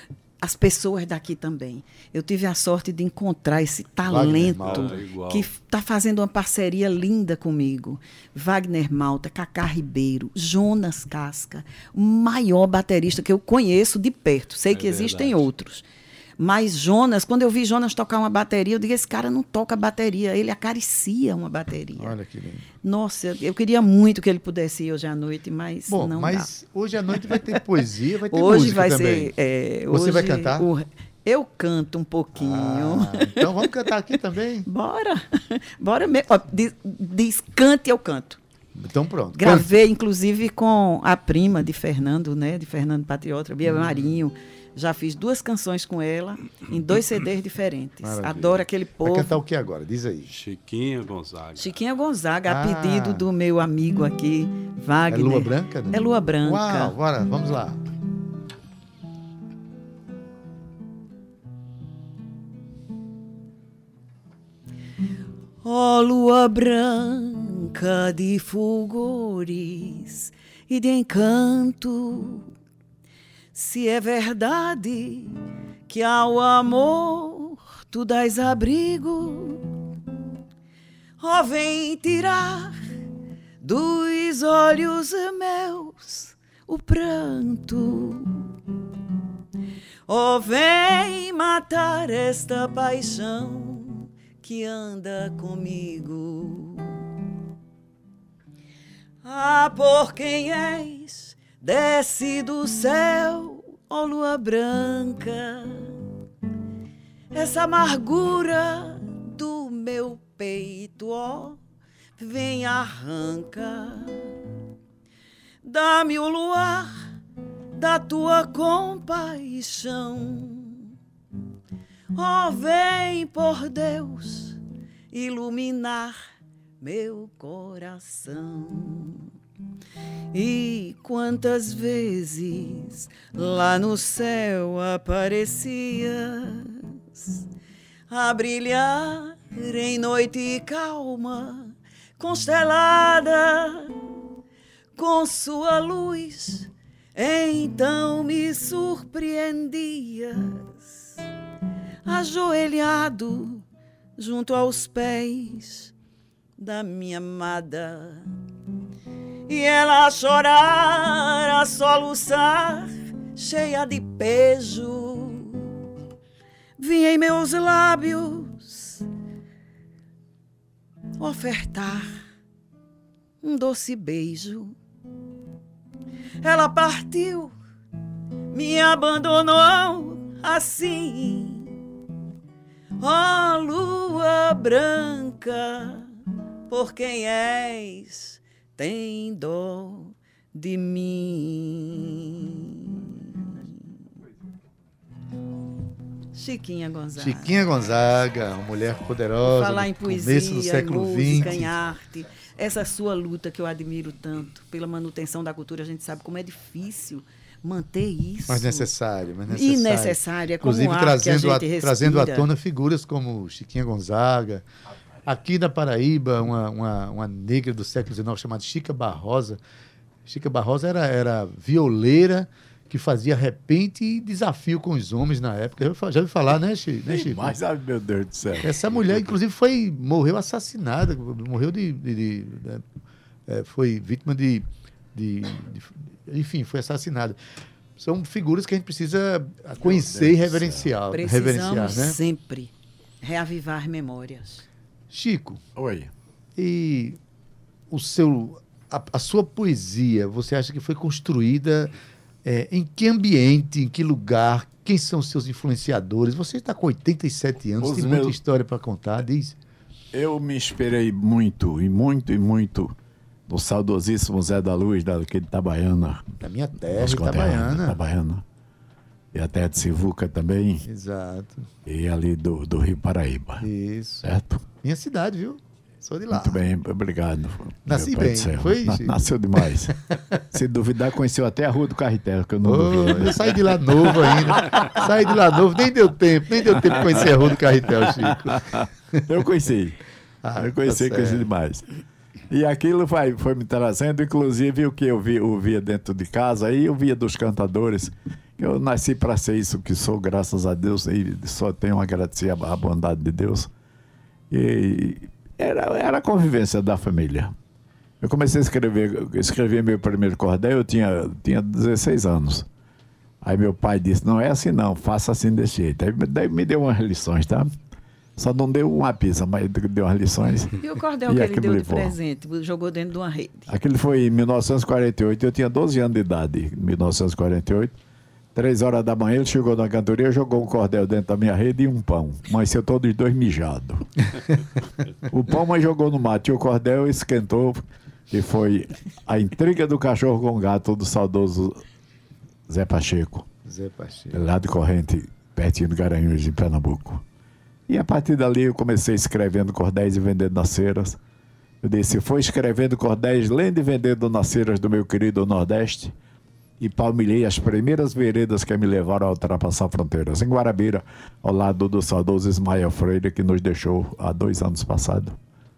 as pessoas daqui também. Eu tive a sorte de encontrar esse talento Malta. Ah, igual. que está fazendo uma parceria linda comigo. Wagner Malta, Cacá Ribeiro, Jonas Casca, o maior baterista que eu conheço de perto. Sei É que existem verdade. outros. Mas Jonas, quando eu vi Jonas tocar uma bateria, eu digo, esse cara não toca bateria, ele acaricia uma bateria. Olha que lindo. Nossa, eu queria muito que ele pudesse ir hoje à noite, mas Bom, não mas hoje à noite vai ter poesia, vai dá. ter Hoje música vai também. ser... é, Você hoje vai cantar? o- eu canto um pouquinho. Ah, então vamos cantar aqui também? Bora. Bora mesmo. Ó, diz, diz, cante, eu canto. Então pronto. Gravei, inclusive, com a prima de Fernando, né? De Fernando Patriota, Bia Hum. Marinho. Já fiz duas canções com ela, em dois C Ds diferentes. Maravilha. Adoro aquele Vai povo. cantar o que agora? Diz aí. Chiquinha Gonzaga. Chiquinha Gonzaga, Ah. a pedido do meu amigo aqui, É Wagner. Lua Branca? Né? É Lua Branca. Uau, bora, vamos lá. Ó lua branca de fulgores e de encanto, se é verdade que ao amor tu dás abrigo, ó vem tirar dos olhos meus o pranto, ó vem matar esta paixão que anda comigo. Ah, por quem és, desce do céu, ó lua branca, essa amargura do meu peito, ó, vem arranca. Dá-me o luar da tua compaixão. Oh, vem, por Deus, iluminar meu coração. E quantas vezes lá no céu aparecias, a brilhar em noite calma, constelada, com sua luz, então me surpreendias. Ajoelhado junto aos pés da minha amada, e ela a chorar, a soluçar, cheia de pejo, vinha em meus lábios ofertar um doce beijo. Ela partiu, me abandonou assim. Ó lua branca, por quem és, tem dó de mim. Chiquinha Gonzaga. Chiquinha Gonzaga, uma mulher poderosa. Falar em poesia, começo do século em música, vinte. em arte. Essa sua luta que eu admiro tanto pela manutenção da cultura, a gente sabe como é difícil manter isso. Mas necessário, mas necessário. E necessário, é como Inclusive, o ar trazendo, que a a, gente respira. trazendo à tona figuras como Chiquinha Gonzaga. Aqui na Paraíba, uma, uma, uma negra do século dezenove chamada Chica Barrosa. Chica Barrosa era, era violeira que fazia repente e desafio com os homens na época. Já ouviu falar, né, Chico? Né, Chico? Mas, ai, meu Deus do céu. Essa mulher, inclusive, foi, morreu assassinada, morreu de... de, de, de é, foi vítima de, de, de... Enfim, foi assassinada. São figuras que a gente precisa conhecer e reverenciar. Precisamos reverenciar, né? sempre reavivar memórias. Chico, Oi. e o seu, a, a sua poesia, você acha que foi construída é, em que ambiente, em que lugar? Quem são os seus influenciadores? Você está com oitenta e sete anos, Os tem meus- muita história para contar, diz. Eu me inspirei muito, e muito, e muito no saudosíssimo Zé da Luz, daquele Itabaiana. Da minha terra, nosso conterrâneo, Itabaiana. Itabaiana. E até de Sivuca também, Exato. e ali do, do Rio Paraíba. Isso. Certo? Minha cidade, viu? Sou de lá. Muito bem, obrigado. Nasci meu pai bem, do céu. foi, Na- Chico? Nasceu demais. Se duvidar, conheceu até a Rua do Carretel, que eu não Ô, duvido. eu saí de lá novo ainda. Saí de lá novo, nem deu tempo, nem deu tempo de conhecer a Rua do Carretel, Chico. Eu conheci. Ah, eu conheci, tá conheci certo. demais. E aquilo foi, foi me trazendo, inclusive o que eu, vi, eu via dentro de casa, aí eu via dos cantadores. Eu nasci para ser isso que sou, graças a Deus, e só tenho a agradecer a, a bondade de Deus. E era, era a convivência da família. Eu comecei a escrever, escrevi meu primeiro cordel, eu tinha, tinha dezesseis anos. Aí meu pai disse, não é assim não, faça assim desse jeito. Aí daí me deu umas lições, tá? Só não deu uma pizza, mas deu umas lições. E o cordel E que ele aquilo deu de levou. presente, jogou dentro de uma rede. Aquilo foi em mil novecentos e quarenta e oito, eu tinha doze anos de idade, em mil novecentos e quarenta e oito. Três horas da manhã ele chegou na cantoria, jogou um cordel dentro da minha rede e um pão. Amanheceu todos os dois mijados. O pão mas jogou no mato e o cordel esquentou, que foi a intriga do cachorro com o gato do saudoso Zé Pacheco, Zé Pacheco. lá de Corrente, pertinho de Garanhuns, em Pernambuco. E a partir dali eu comecei escrevendo cordéis e vendendo nas feiras. Eu disse, foi escrevendo cordéis, lendo e vendendo nas feiras do meu querido Nordeste, e palmilhei as primeiras veredas que me levaram a ultrapassar fronteiras. Em Guarabira, ao lado do saudoso Ismael Freire, que nos deixou há dois anos passados.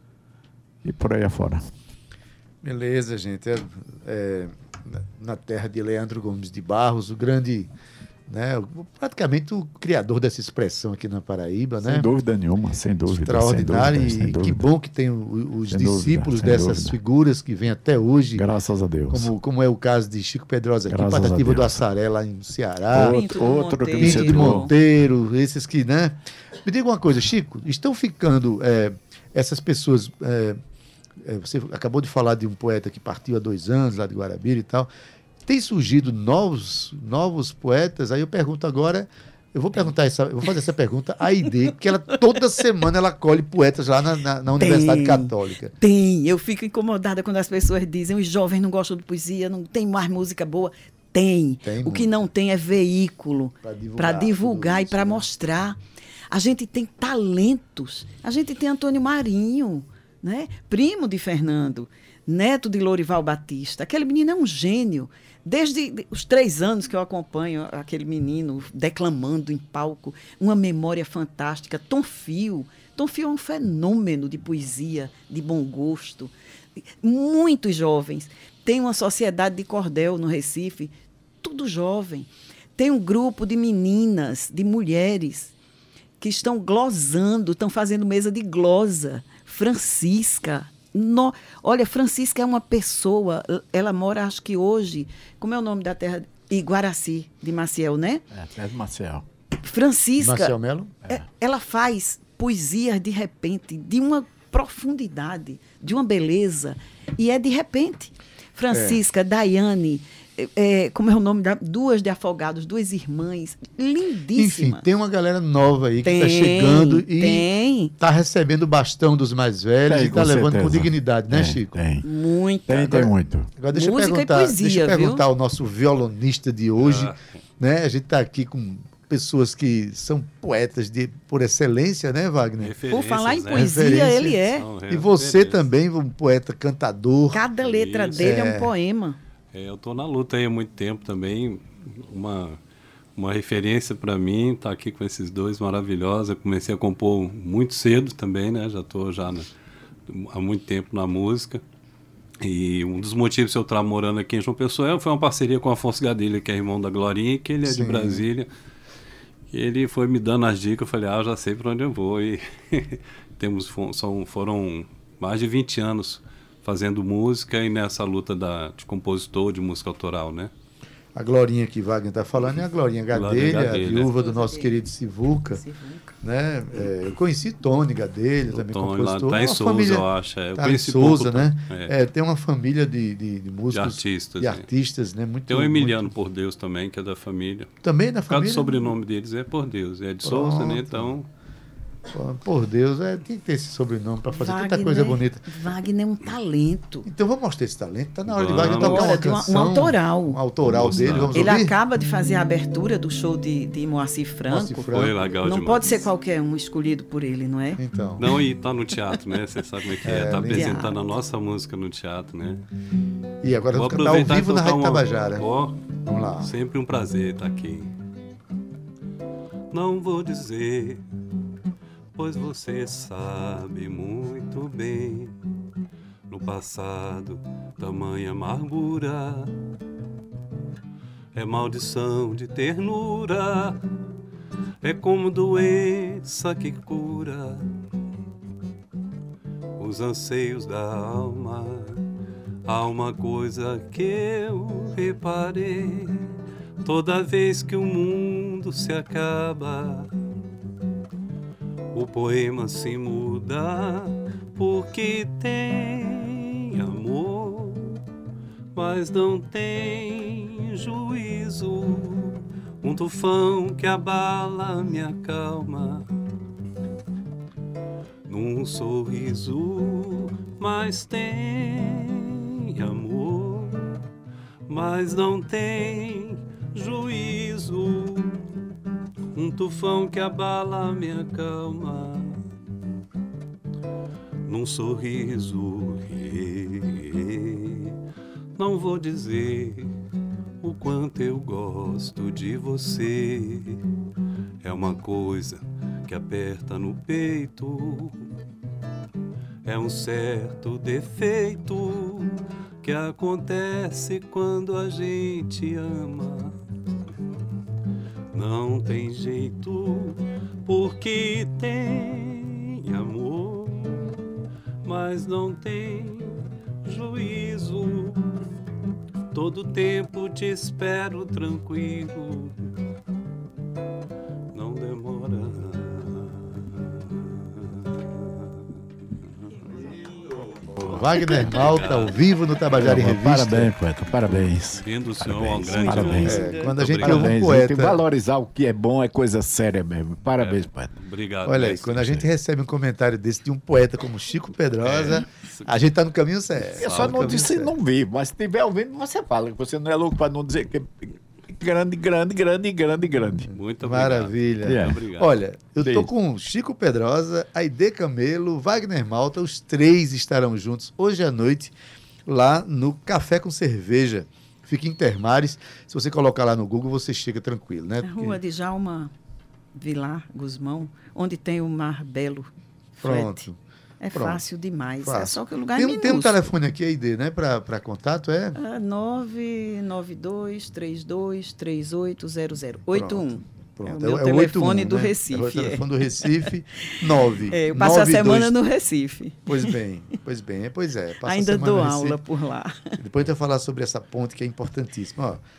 E por aí afora. Beleza, gente. É, é, na- na terra de Leandro Gomes de Barros, o grande, né, o- praticamente o criador dessa expressão aqui na Paraíba, né? Sem dúvida nenhuma, sem dúvida. Extraordinário. sem dúvida, sem E que dúvida. bom que tem o- os Sem discípulos dúvida, sem dessas dúvida. figuras que vêm até hoje, Graças a Deus. como, como é o caso de Chico Pedrosa aqui, Graças a Patativa do Deus. Assaré, lá em Ceará. Pinto do outro que me Monteiro. Pinto de citou. Monteiro, esses que, né? Me diga uma coisa, Chico, estão ficando é, essas pessoas. é, é, você acabou de falar de um poeta que partiu há dois anos, lá de Guarabira e tal. Tem surgido novos, novos poetas? Aí eu pergunto agora. Eu vou perguntar essa, eu vou fazer essa pergunta à I D, porque ela toda semana ela colhe poetas lá na, na- na Universidade Tem. Católica. Tem, eu fico incomodada quando as pessoas dizem os jovens não gostam de poesia, não tem mais música boa. Tem. Tem o que muita. não tem é veículo Pra divulgar para divulgar tudo e isso, para né? mostrar. A gente tem talentos. A gente tem Antônio Marinho, né? Primo de Fernando, neto de Lorival Batista. Aquele menino é um gênio. Desde os três anos que eu acompanho aquele menino declamando em palco, uma memória fantástica. Tom Fio. Tom Fio é um fenômeno de poesia, de bom gosto. Muitos jovens. Tem uma sociedade de cordel no Recife, tudo jovem. Tem um grupo de meninas, de mulheres, que estão glosando, estão fazendo mesa de glosa. Francisca. No, olha, Francisca é uma pessoa, ela mora, acho que hoje, como é o nome da terra? Iguaraci, de Maciel, né? É, Pedro Marcel. Francisca, Marcel Melo? é, ela faz poesias de repente, de uma profundidade, de uma beleza, e é de repente. Francisca, Daiane, é, como é o nome da duas de Afogados, duas irmãs lindíssimas. Enfim, tem uma galera nova aí que Tem, está chegando e tem. está recebendo o bastão dos mais velhos Tem, e está com levando certeza. com dignidade, né, Tem, Chico? Tem, Muito. tem, tem muito. Agora deixa Música eu e perguntar, poesia, deixa eu viu? perguntar ao nosso violonista de hoje, Ah. né? A gente está aqui com pessoas que são poetas de, por excelência, né, Wagner? Por falar em Referências, né? poesia, Referência. ele é. São E você referências. também, um poeta cantador. Cada letra Isso. dele é. É. um poema. É, eu estou na luta aí há muito tempo também. Uma, uma referência para mim estar aqui com esses dois maravilhosos. Eu comecei a compor muito cedo também, né? Já estou já na- há muito tempo na música. E um dos motivos de eu estar morando aqui em João Pessoa foi uma parceria com o Afonso Gadelha, que é irmão da Glorinha, que ele é Sim. de Brasília. E ele foi me dando as dicas, eu falei, ah, eu já sei para onde eu vou. E temos, fo- são, foram mais de vinte anos fazendo música e nessa luta da, de compositor de música autoral, né? A Glorinha que Wagner está falando é a Glorinha Glória Gadelha, Gadelha. viúva do nosso querido Sivuca. Né? É, eu conheci Tony Gadelha, O também Tony lá compositor. tá em Uma Souza, família- eu acho. é. Eu tá em conheci Souza, pouco, né? é. É, tem uma família de, de, de músicos, De artistas, de é. artistas, né? Muito, Tem o Emiliano muito- Por Deus também, que é da família. Também da Por causa do família. sobrenome deles é Por Deus. É de Souza, né? Pronto. Então, Pô, Por Deus, é, tem que ter esse sobrenome para fazer tanta Wagner- coisa bonita. Wagner é um talento. Então vamos mostrar esse talento. Tá na hora de Vamos. Wagner tocar uma Olha, de uma- um canção. autoral. Um autoral Vamos dele, lá. vamos Ele ouvir? acaba de fazer a abertura do show de, de Moacir Franco. Moacir Franco. foi legal Não demais. pode ser qualquer um escolhido por ele, não é? Então. Não, e tá no teatro, né? Você sabe como é que é. É, Tá lindo. apresentando a nossa música no teatro, né? E agora Vou vamos cantar ao aproveitar e vivo na tocar Rádio uma- Tabajara. Ó, Vamos lá. sempre um prazer estar aqui. Não vou dizer, pois você sabe muito bem. No passado, tamanha amargura é maldição de ternura. É como doença que cura os anseios da alma. Há uma coisa que eu reparei: toda vez que o mundo se acaba, o poema se muda, porque tem amor, mas não tem juízo. Um tufão que abala me acalma num sorriso, mas tem amor, mas não tem juízo. Um tufão que abala me acalma num sorriso. Não vou dizer o quanto eu gosto de você. É uma coisa que aperta no peito. É um certo defeito que acontece quando a gente ama. Não tem jeito, porque tem amor, mas não tem juízo. Todo tempo te espero tranquilo, não demora. Wagner Malta, ao vivo no Tabajara em Revista. Parabéns, poeta, parabéns. Vindo o senhor, um Parabéns, grande parabéns. amigo. É, quando a gente Muito ouve um Parabéns, poeta- tem que valorizar o que é bom, é coisa séria mesmo. Parabéns, poeta. Obrigado. Olha aí, mestre. quando a gente recebe um comentário desse de um poeta como Chico Pedrosa, a gente tá no caminho certo. Eu Tá só no não caminho disse, certo. não vi, mas se estiver ouvindo, você fala. Que você não é louco para não dizer que é grande, grande, grande, grande, grande. Muito obrigado. Maravilha. É. Muito obrigado. Olha, eu tô Beijo. com Chico Pedrosa, Aide Camelo, Wagner Malta, os três estarão juntos hoje à noite lá no Café com Cerveja. Fica em Termares. Se você colocar lá no Google, você chega tranquilo, né? A rua de Jalma Vilar Guzmão, onde tem o Mar Belo. Frete. Pronto. É Pronto. fácil demais. Fácil. É só que o lugar Tem, é um- minúsculo. tem um telefone aqui, Aide, né? Para contato, é? É nove nove dois três dois três oito zero zero oito um. Pronto. É o meu o telefone oito um, do né? Recife. É o telefone do Recife, nove. É, eu passo a nove dois semana no Recife. Pois bem, pois bem, pois é. passa a Ainda semana dou no Recife. aula por lá. Depois a gente vai falar sobre essa ponte que é importantíssima. Ó,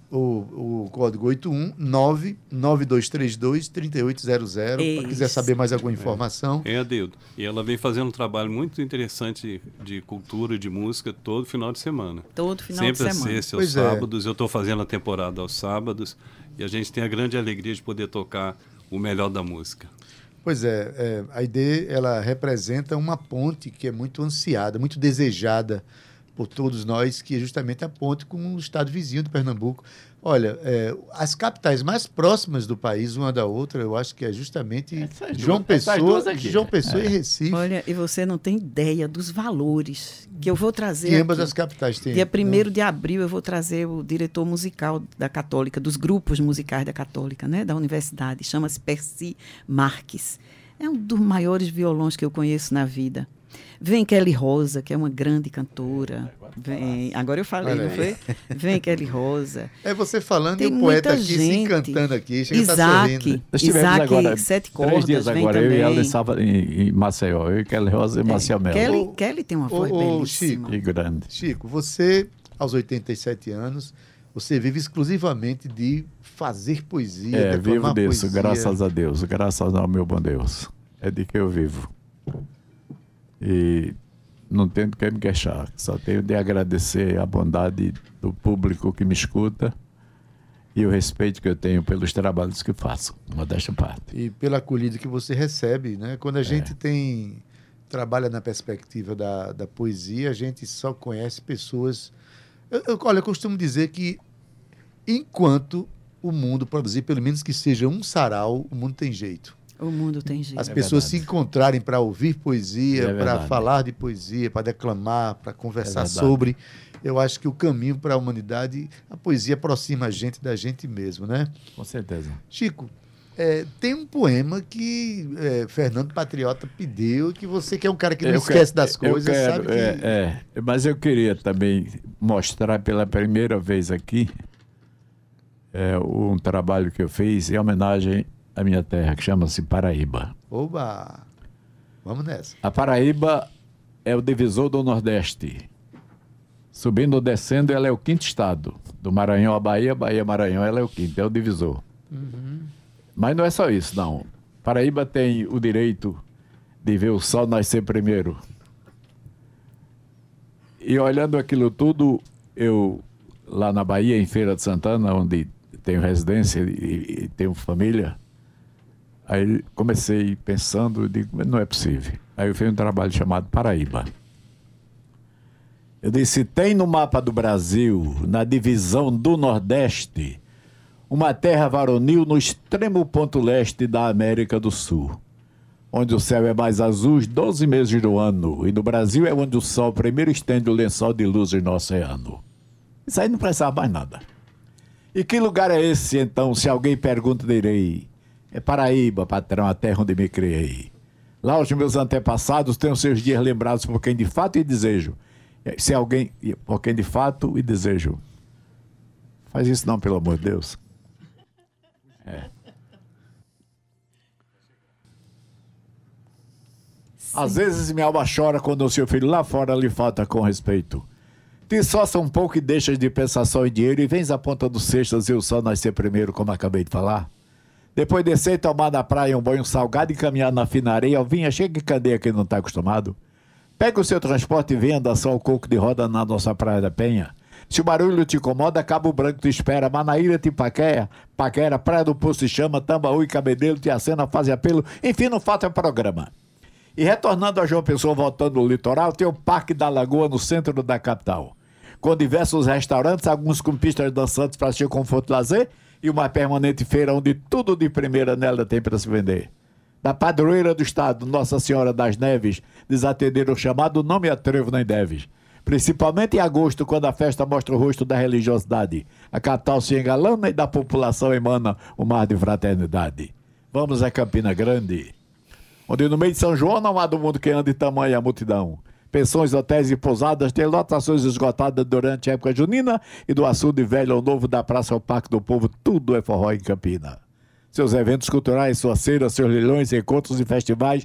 o, o código oito um nove nove dois três dois três oito zero zero. Se quiser saber mais alguma informação. É, é Adeildo. E ela vem fazendo um trabalho muito interessante de cultura e de música todo final de semana. Todo final Sempre de semana. Sempre às sextas, aos Pois é. sábados. Eu estou fazendo a temporada aos sábados. E a gente tem a grande alegria de poder tocar o melhor da música. Pois é, é, a I D ela representa uma ponte que é muito ansiada, muito desejada por todos nós, que é justamente a ponte com o estado vizinho de Pernambuco. Olha, é, as capitais mais próximas do país, uma da outra, eu acho que é justamente Essas João duas- essas Pessoa, duas aqui. João Pessoa É. e Recife, Olha, e você não tem ideia dos valores que eu vou trazer que ambas aqui. as capitais têm. Dia né? primeiro de abril eu vou trazer o diretor musical da Católica, dos grupos musicais da Católica, né, da universidade. Chama-se Percy Marques. É um dos maiores violões que eu conheço na vida. Vem Kelly Rosa, que é uma grande cantora. Vem, agora eu falei, Olha não aí. foi? Vem Kelly Rosa. É você falando Tem e o poeta muita aqui se gente. encantando aqui, chega a estar Isaac, sorrindo. Nós tivemos Isaac agora, Sete três Cordas, dias vem agora, eu e ela também. estava em, em Maceió, eu e Kelly Rosa e Marcial Melo. Kelly, Ô, Kelly tem uma ô, voz ô, belíssima. E grande. Chico, você, aos oitenta e sete anos, você vive exclusivamente de fazer poesia, É, declamar vivo disso, poesia. graças a Deus, graças ao meu bom Deus. É de que eu vivo. E não tenho de que me queixar, só tenho de agradecer a bondade do público que me escuta e o respeito que eu tenho pelos trabalhos que faço, modéstia à parte. E pela acolhida que você recebe, né? Quando a gente tem trabalha na perspectiva da, da poesia, a gente só conhece pessoas... Eu, eu, olha, eu costumo dizer que enquanto o mundo produzir, pelo menos que seja um sarau, o mundo tem jeito. O mundo tem jeito. As É pessoas verdade. se encontrarem para ouvir poesia, É para verdade. falar de poesia, para declamar, para conversar É verdade. sobre. Eu acho que o caminho para a humanidade, a poesia aproxima a gente da gente mesmo, né? Com certeza. Chico, é, tem um poema que é, Fernando Patriota pediu, que você que é um cara que não Eu esquece quero- das eu coisas, quero, sabe que... é, é, mas eu queria também mostrar pela primeira vez aqui é, um trabalho que eu fiz em homenagem à minha terra, que chama-se Paraíba. Oba! Vamos nessa. A Paraíba é o divisor do Nordeste. Subindo ou descendo, ela é o quinto estado. Do Maranhão à Bahia, Bahia Maranhão, ela é o quinto, é o divisor. Mas não é só isso, não. Paraíba tem o direito de ver o sol nascer primeiro. E olhando aquilo tudo, eu, lá na Bahia, em Feira de Santana, onde tenho residência e, e tenho família, aí comecei pensando, eu digo, mas não é possível. Aí eu fiz um trabalho chamado Paraíba. Eu disse, tem no mapa do Brasil, na divisão do Nordeste, uma terra varonil no extremo ponto leste da América do Sul, onde o céu é mais azul os doze meses do ano, e no Brasil é onde o sol primeiro estende o lençol de luzes no oceano. Isso aí não precisava mais nada. E que lugar é esse, então, se alguém pergunta, direi, é Paraíba, patrão, a terra onde me criei. Lá os meus antepassados têm os seus dias lembrados por quem de fato e desejo. Se alguém, por quem de fato e desejo. Faz isso não, pelo amor de Deus. É. Às vezes minha alma chora quando o seu filho lá fora lhe falta com respeito. Te soça um pouco e deixas de pensar só em dinheiro e vens à ponta dos cestos e o sol nascer primeiro, como acabei de falar. Depois descer e tomar na praia um banho salgado e caminhar na fina areia, vinha, chega e candeia quem não está acostumado. Pega o seu transporte e venha dar só o coco de roda na nossa Praia da Penha. Se o barulho te incomoda, Cabo Branco te espera, Manaíra te paquera, paquera, Praia do Poço te chama, Tambaú e Cabedelo te acena, faz apelo, enfim, não falta programa. E retornando a João Pessoa, voltando no litoral, tem o Parque da Lagoa no centro da capital, com diversos restaurantes, alguns com pistas dançantes para seu conforto e lazer, e uma permanente feira onde tudo de primeira nela tem para se vender. Da padroeira do estado, Nossa Senhora das Neves, desatenderam o chamado, não me atrevo nem deves. Principalmente em agosto, quando a festa mostra o rosto da religiosidade. A capital se engalana e da população emana o mar de fraternidade. Vamos a Campina Grande, onde no meio de São João não há do mundo que ande tamanha multidão. Pensões, hotéis e pousadas têm lotações esgotadas durante a época junina e do açude velho ao novo, da praça ao parque do povo, tudo é forró em Campina. Seus eventos culturais, suas feiras, seus leilões, encontros e festivais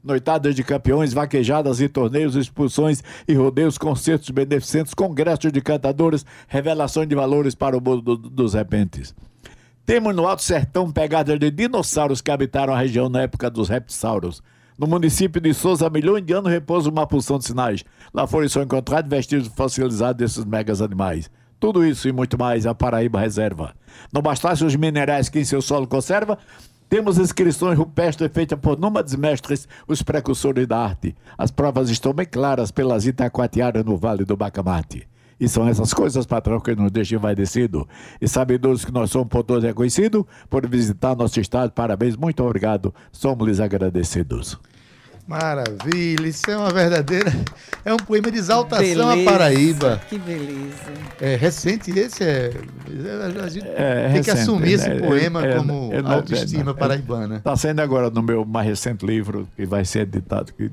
Noitadas de campeões, vaquejadas e torneios, expulsões e rodeios, concertos beneficentes, congressos de cantadores, revelações de valores para o mundo do, dos repentes. Temos no Alto Sertão pegadas de dinossauros que habitaram a região na época dos reptissauros. No município de Souza, há milhões de anos repousa uma porção de sinais. Lá foram só encontrados vestígios fossilizados desses megas animais. Tudo isso e muito mais a Paraíba reserva. Não bastasse os minerais que em seu solo conserva, temos inscrições rupestres feitas por nômades mestres, os precursores da arte. As provas estão bem claras pelas itacoatiaras no Vale do Bacamarte. E são essas coisas, patrão, que nos deixam envaidecidos. E sabedores que nós somos por todos reconhecidos, por visitar nosso estado. Parabéns, muito obrigado. Somos-lhes agradecidos. Maravilha, isso é uma verdadeira... É um poema de exaltação Beleza, à Paraíba. Que beleza. É recente esse, é... A gente É tem recente, que assumir né? esse poema É, é, como é, é, autoestima é, é, paraibana. Está saindo agora no meu mais recente livro, que vai ser editado, que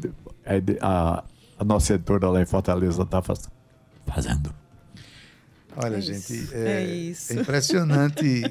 a, a nossa editora lá em Fortaleza está fazendo. Olha, É gente, isso, é, é isso. é impressionante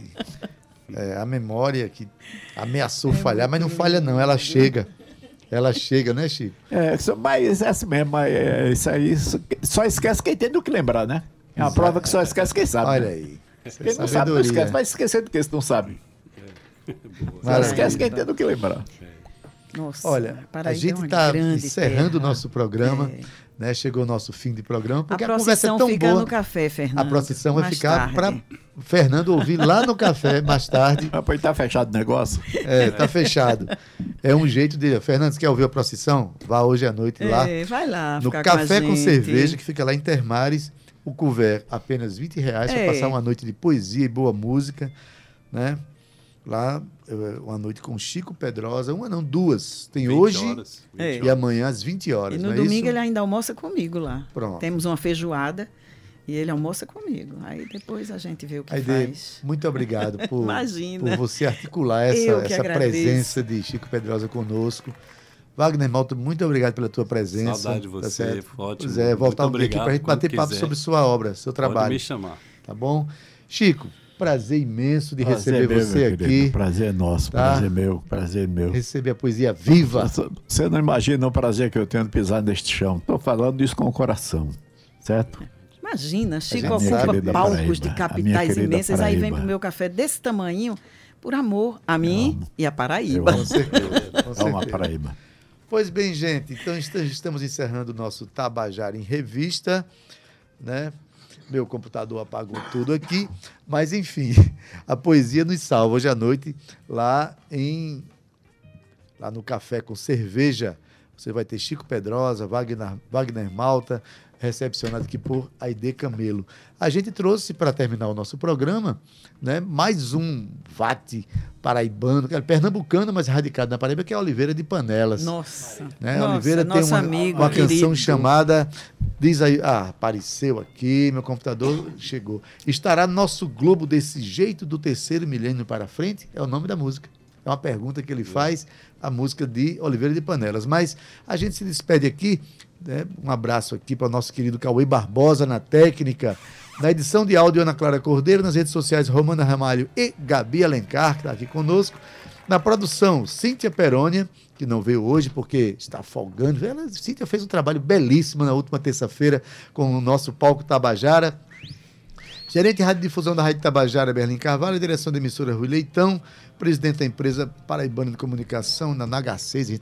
é, a memória que ameaçou falhar, mas não falha não, ela chega. Ela chega, né, Chico? É, isso- mas é assim mesmo, mas é, isso aí isso- só esquece quem tem do que lembrar, né? É uma Exato. prova que só esquece quem sabe. Olha né? aí. Quem não sabe não Sabedoria. esquece, vai esquecer do que se não sabe. Só Maravilha. esquece quem tem do que lembrar. Nossa, Olha, a Paraíba é gente uma está grande encerrando o terra. nosso programa, É. né? Chegou o nosso fim de programa, A porque a, conversa é procissão tão fica boa. no café, Fernando. A procissão vai mais ficar para tarde. Fernando ouvir lá no café mais tarde. Ah, pois tá fechado o negócio. É, tá fechado. É um jeito de. Fernando, você quer ouvir a procissão? Vá hoje à noite lá É, vai lá, no ficar Café com, a com gente. Cerveja, que fica lá em Termares. O couvert, apenas vinte reais, para É. passar uma noite de poesia e boa música, né? Lá, eh, uma noite com Chico Pedrosa, uma não, duas. Tem vinte hoje horas, vinte É. e amanhã às vinte horas. E no não é domingo isso? ele ainda almoça comigo lá. Pronto. Temos uma feijoada e ele almoça comigo. Aí depois a gente vê o que Aide, faz. muito obrigado por, Imagina. por você articular essa, Eu que essa agradeço. presença de Chico Pedrosa conosco. Wagner Malta, muito obrigado pela tua presença. Saudade de você, certo? foi ótimo. Pois é, voltar um Muito dia aqui para a gente obrigado, bater quando papo quiser. sobre sua obra, seu Pode trabalho. me chamar. Tá bom? Chico, prazer imenso de Prazer receber meu, você meu aqui. querido. Prazer é nosso, Tá? prazer meu, prazer meu. Receber a poesia viva. Você não imagina o prazer que eu tenho de pisar neste chão. Estou falando isso com o coração, certo? Imagina, Chico gente sabe ocupa da palcos Paraíba, de a minha capitais querida imensas, aí vem Paraíba. pro meu café desse tamanho, por amor a mim e a Paraíba. Eu Com certeza, com Vamos certeza. a Paraíba. Pois bem, gente, então est- estamos encerrando o nosso Tabajara em Revista, né? Meu computador apagou tudo aqui, mas enfim, a poesia nos salva hoje à noite lá em lá no Café com Cerveja. Você vai ter Chico Pedrosa, Wagner, Wagner Malta, recepcionado aqui por Aide Camelo. A gente trouxe para terminar o nosso programa, né, mais um vate paraibano, que é pernambucano, mas radicado na Paraíba, que é a Oliveira de Panelas. Nossa, Né? nossa, A Oliveira tem nosso uma, amigo uma canção querido. chamada. Diz aí. Ah, apareceu aqui, meu computador chegou. Estará no nosso Globo desse jeito do terceiro milênio para frente? É o nome da música. É uma pergunta que ele faz, a música de Oliveira de Panelas. Mas a gente se despede aqui. Né? Um abraço aqui para o nosso querido Cauê Barbosa na técnica. Na edição de áudio, Ana Clara Cordeiro. Nas redes sociais, Romana Ramalho e Gabi Alencar, que está aqui conosco. Na produção, Cíntia Perônia, que não veio hoje porque está folgando. Ela, Cíntia fez um trabalho belíssimo na última terça-feira com o nosso palco Tabajara. Gerente de Rádio Difusão da Rádio Tabajara, Berlim Carvalho, direção da emissora Rui Leitão, presidente da empresa Paraibana de Comunicação, na N H seis,